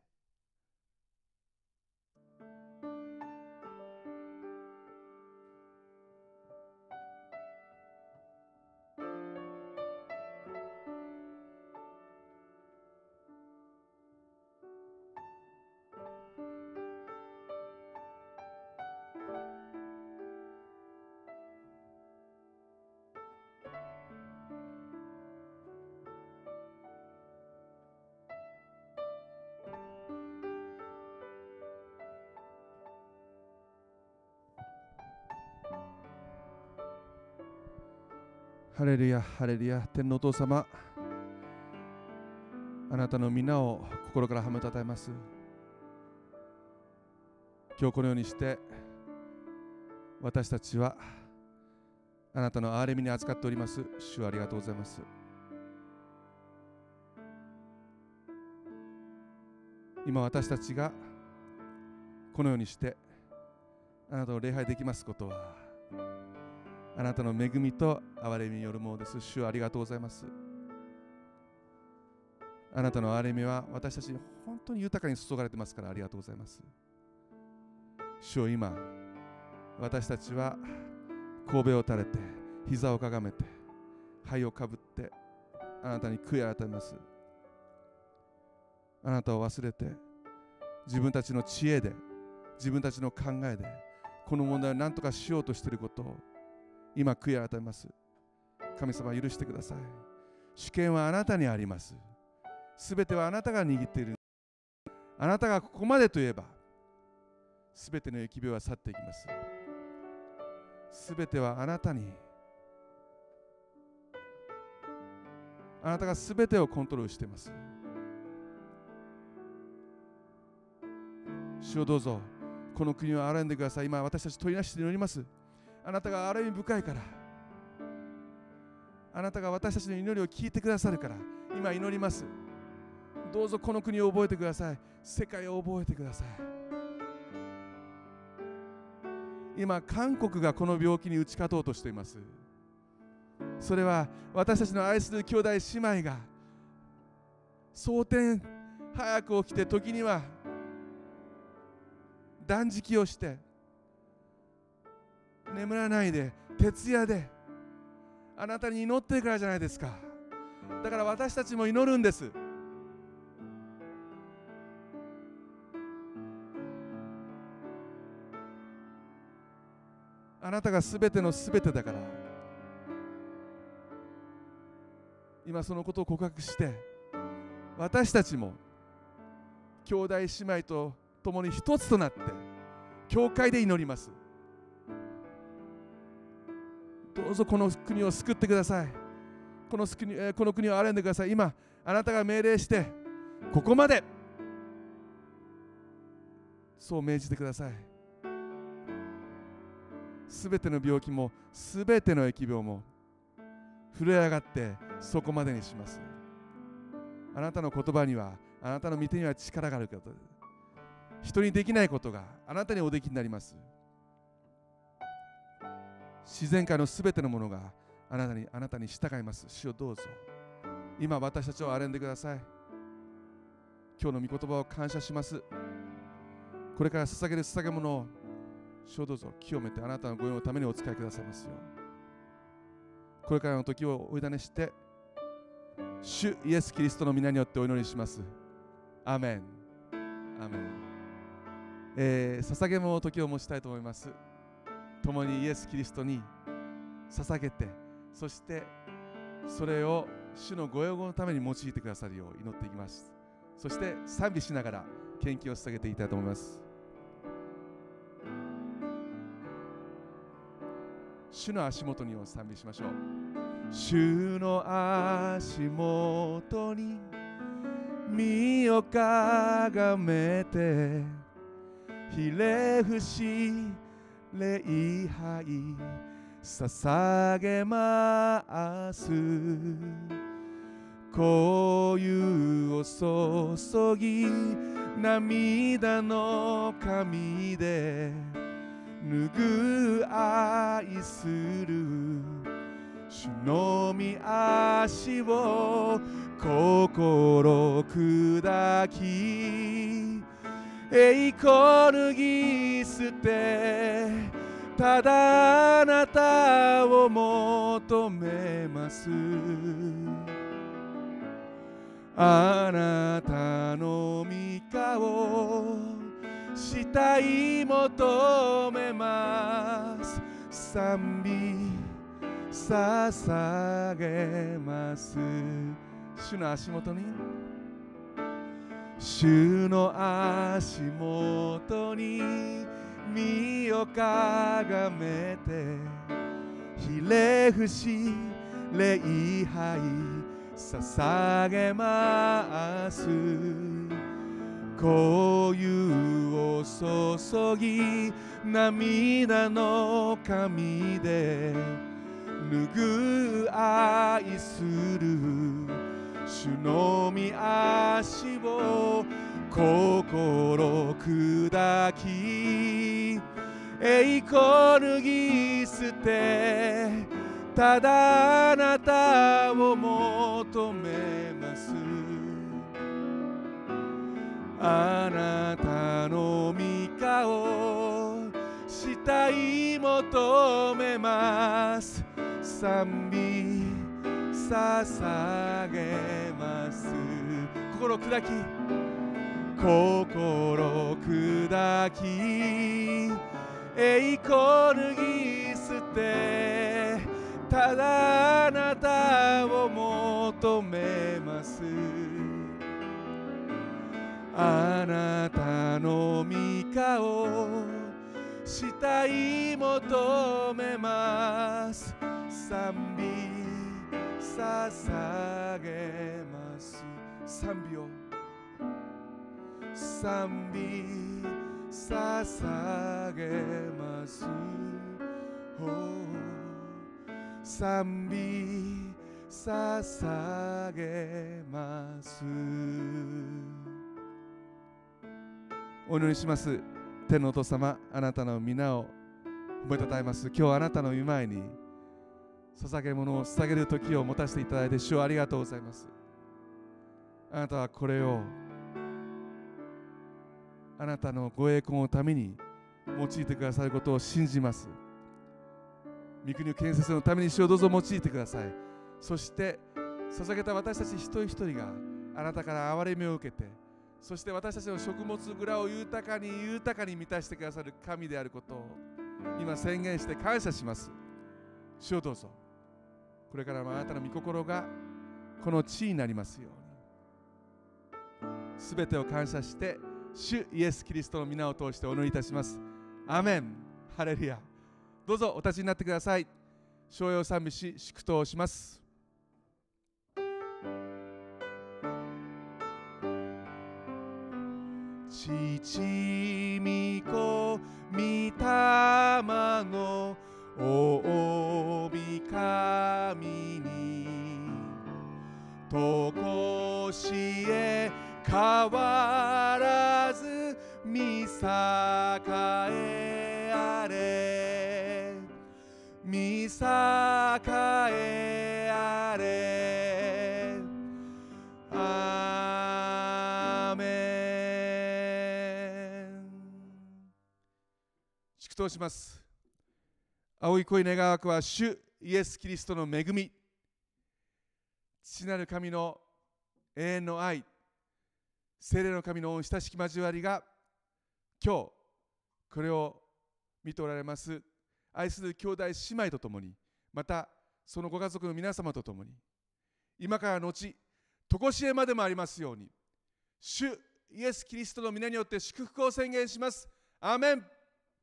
ハレルヤ、ハレルヤ。天のお父様、あなたの皆を心から褒めたたえます。今日このようにして私たちはあなたの憐れみに預かっております。主はありがとうございます。今私たちがこのようにしてあなたを礼拝できますことはあなたの恵みと憐れみによるものです。主はありがとうございます。あなたの憐れみは私たちに本当に豊かに注がれてますから、ありがとうございます。主よ、今私たちは頭を垂れて膝をかがめて灰をかぶってあなたに悔い改めます。あなたを忘れて自分たちの知恵で自分たちの考えでこの問題を何とかしようとしていることを今悔い改めます。神様、許してください。主権はあなたにあります。すべてはあなたが握っている。あなたがここまでと言えばすべての疫病は去っていきます。すべてはあなたに、あなたがすべてをコントロールしています。主をどうぞこの国を憐れんでください。今私たち取りなして祈ります。あなたが憐れみ深いから、あなたが私たちの祈りを聞いてくださるから今祈ります。どうぞこの国を覚えてください。世界を覚えてください。今韓国がこの病気に打ち勝とうとしています。それは私たちの愛する兄弟姉妹が蒼天早く起きて、時には断食をして眠らないで徹夜であなたに祈ってるからじゃないですか。だから私たちも祈るんです。あなたがすべてのすべてだから、今そのことを告白して私たちも兄弟姉妹と共に一つとなって教会で祈ります。どうぞこの国を救ってください。この国、えー、この国を憐れんでください。今あなたが命令してここまで、そう命じてください。すべての病気もすべての疫病も震え上がってそこまでにします。あなたの言葉には、あなたの御手には力があるから、人にできないことがあなたにおできになります。自然界のすべてのものがあなたに、あなたに従います。主をどうぞ今私たちを憐れんでください。今日の御言葉を感謝します。これから捧げる捧げ物を主をどうぞ清めてあなたのご用のためにお使いくださいますよ。これからの時をお委ねして主イエス・キリストの皆によってお祈りします。アーメン、アーメン。えー、捧げ物の時を持ちたいと思います。共にイエス・キリストに捧げてそしてそれを主のご要望のために用いてくださるよう祈っていきます。そして賛美しながら献金を捧げていきたいと思います。主の足元にを賛美しましょう。主の足元に身をかがめて、ひれ伏し礼拝捧げます。香油を注ぎ涙の髪で拭う愛する主の御足を心砕き、栄光脱ぎ捨てただあなたを求めます。あなたの御顔したい求めます。賛美捧げます。主の足元に主の足元に身をかがめて、ひれ伏し礼拝捧げます。香油を注ぎ涙の髪で拭う愛する主の御足を心砕き、栄光脱ぎ捨てただあなたを求めます。あなたの御顔したい求めます。賛美捧げます。心砕き心砕き、栄光脱ぎ捨てただあなたを求めます。あなたの御顔したい求めます。賛美捧げます。賛美を賛美捧げます。賛美捧げます。お祈りします。天のお父様、あなたの皆を褒めたたえます。今日あなたの御前に捧げ物を捧げる時を持たせていただいて、主をありがとうございます。あなたはこれをあなたのご栄光のために用いてくださることを信じます。御国の建設のために主をどうぞ用いてください。そして捧げた私たち一人一人があなたから憐れみを受けて、そして私たちの食物蔵を豊かに豊かに満たしてくださる神であることを今宣言して感謝します。主をどうぞこれからもあなたの御心がこの地になりますように、すべてを感謝して主イエス・キリストの皆を通してお祈りいたします。アーメン。ハレルヤ。どうぞお立ちになってください。頌揚賛美し祝祷します。父御子御霊の大神にとこしえ変わらず見栄えあれ見栄えあれアーメン。祝祷します。青い恋願わくは主イエス・キリストの恵み、父なる神の永遠の愛、聖霊の神の親しき交わりが今日これを見ておられます愛する兄弟姉妹とともに、またそのご家族の皆様と共に、今から後、とこしえまでもありますように、主イエス・キリストの皆によって祝福を宣言します。アーメン。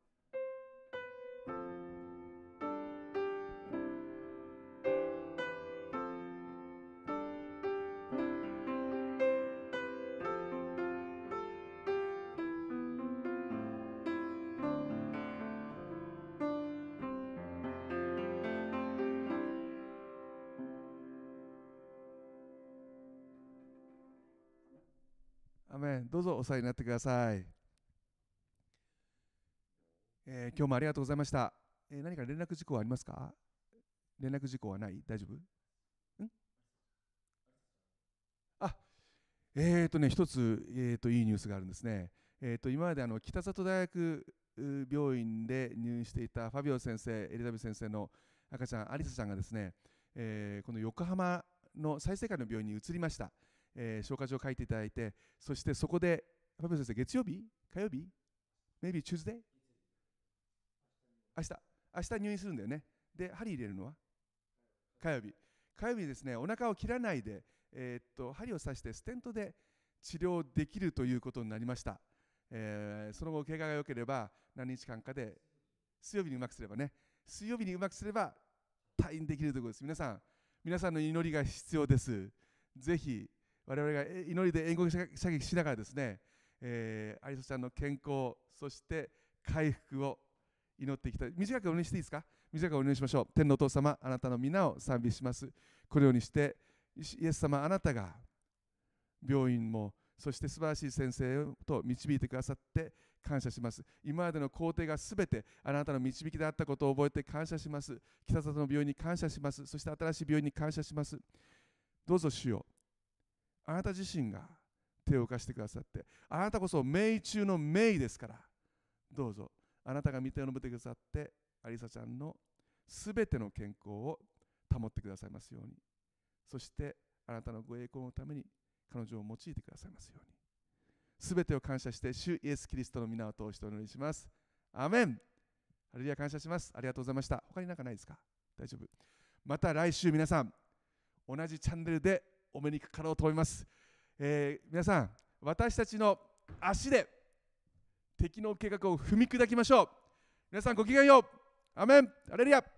アーメン。どうぞお座りになってください。えー今日もありがとうございました。えー何か連絡事項はありますか？連絡事項はない？大丈夫？んあ、えーとね、一つ、えーと、いいニュースがあるんですね。えーと、今まであの北里大学う病院で入院していたファビオ先生、エリザベス先生の赤ちゃん、アリサちゃんがですね、えーこの横浜の済生会の病院に移りました。えー紹介状を書いていただいて、そしてそこで、ファビオ先生、月曜日火曜日 ?Maybe Tuesday? 明日明日入院するんだよね。で、針入れるのは火曜日。火曜日ですね、お腹を切らないで、えーっと針を刺してステントで治療できるということになりました。えーその後、怪我が良ければ何日間かで、水曜日にうまくすればね、水曜日にうまくすれば退院できるということです。皆さん、皆さんの祈りが必要です。ぜひ、我々が祈りで援護射撃しながらですね、えー、アリサちゃんの健康、そして回復を祈っていきたい。短くお祈りしていいですか？短くお祈りしましょう。天のお父様、あなたの皆を賛美します。このようにして、イエス様、あなたが病院も、そして素晴らしい先生と導いてくださって感謝します。今までの工程がすべてあなたの導きであったことを覚えて感謝します。北里の病院に感謝します。そして新しい病院に感謝します。どうぞ主よ、あなた自身が手を貸してくださって、あなたこそ名中の名ですから、どうぞあなたが御手を述べてくださって、アリサちゃんのすべての健康を保ってくださいますように。そしてあなたのご栄光のために彼女を用いてくださいますように。すべてを感謝して、主イエス・キリストの皆を通してお祈りします。アーメン。ハレルヤ、感謝します。ありがとうございました。他に何かないですか？大丈夫。また来週皆さん、同じチャンネルでお目にかかろうと思います。えー皆さん、私たちの足で敵の計画を踏み砕きましょう。皆さんごきげんよう。アーメン。ハレルヤ。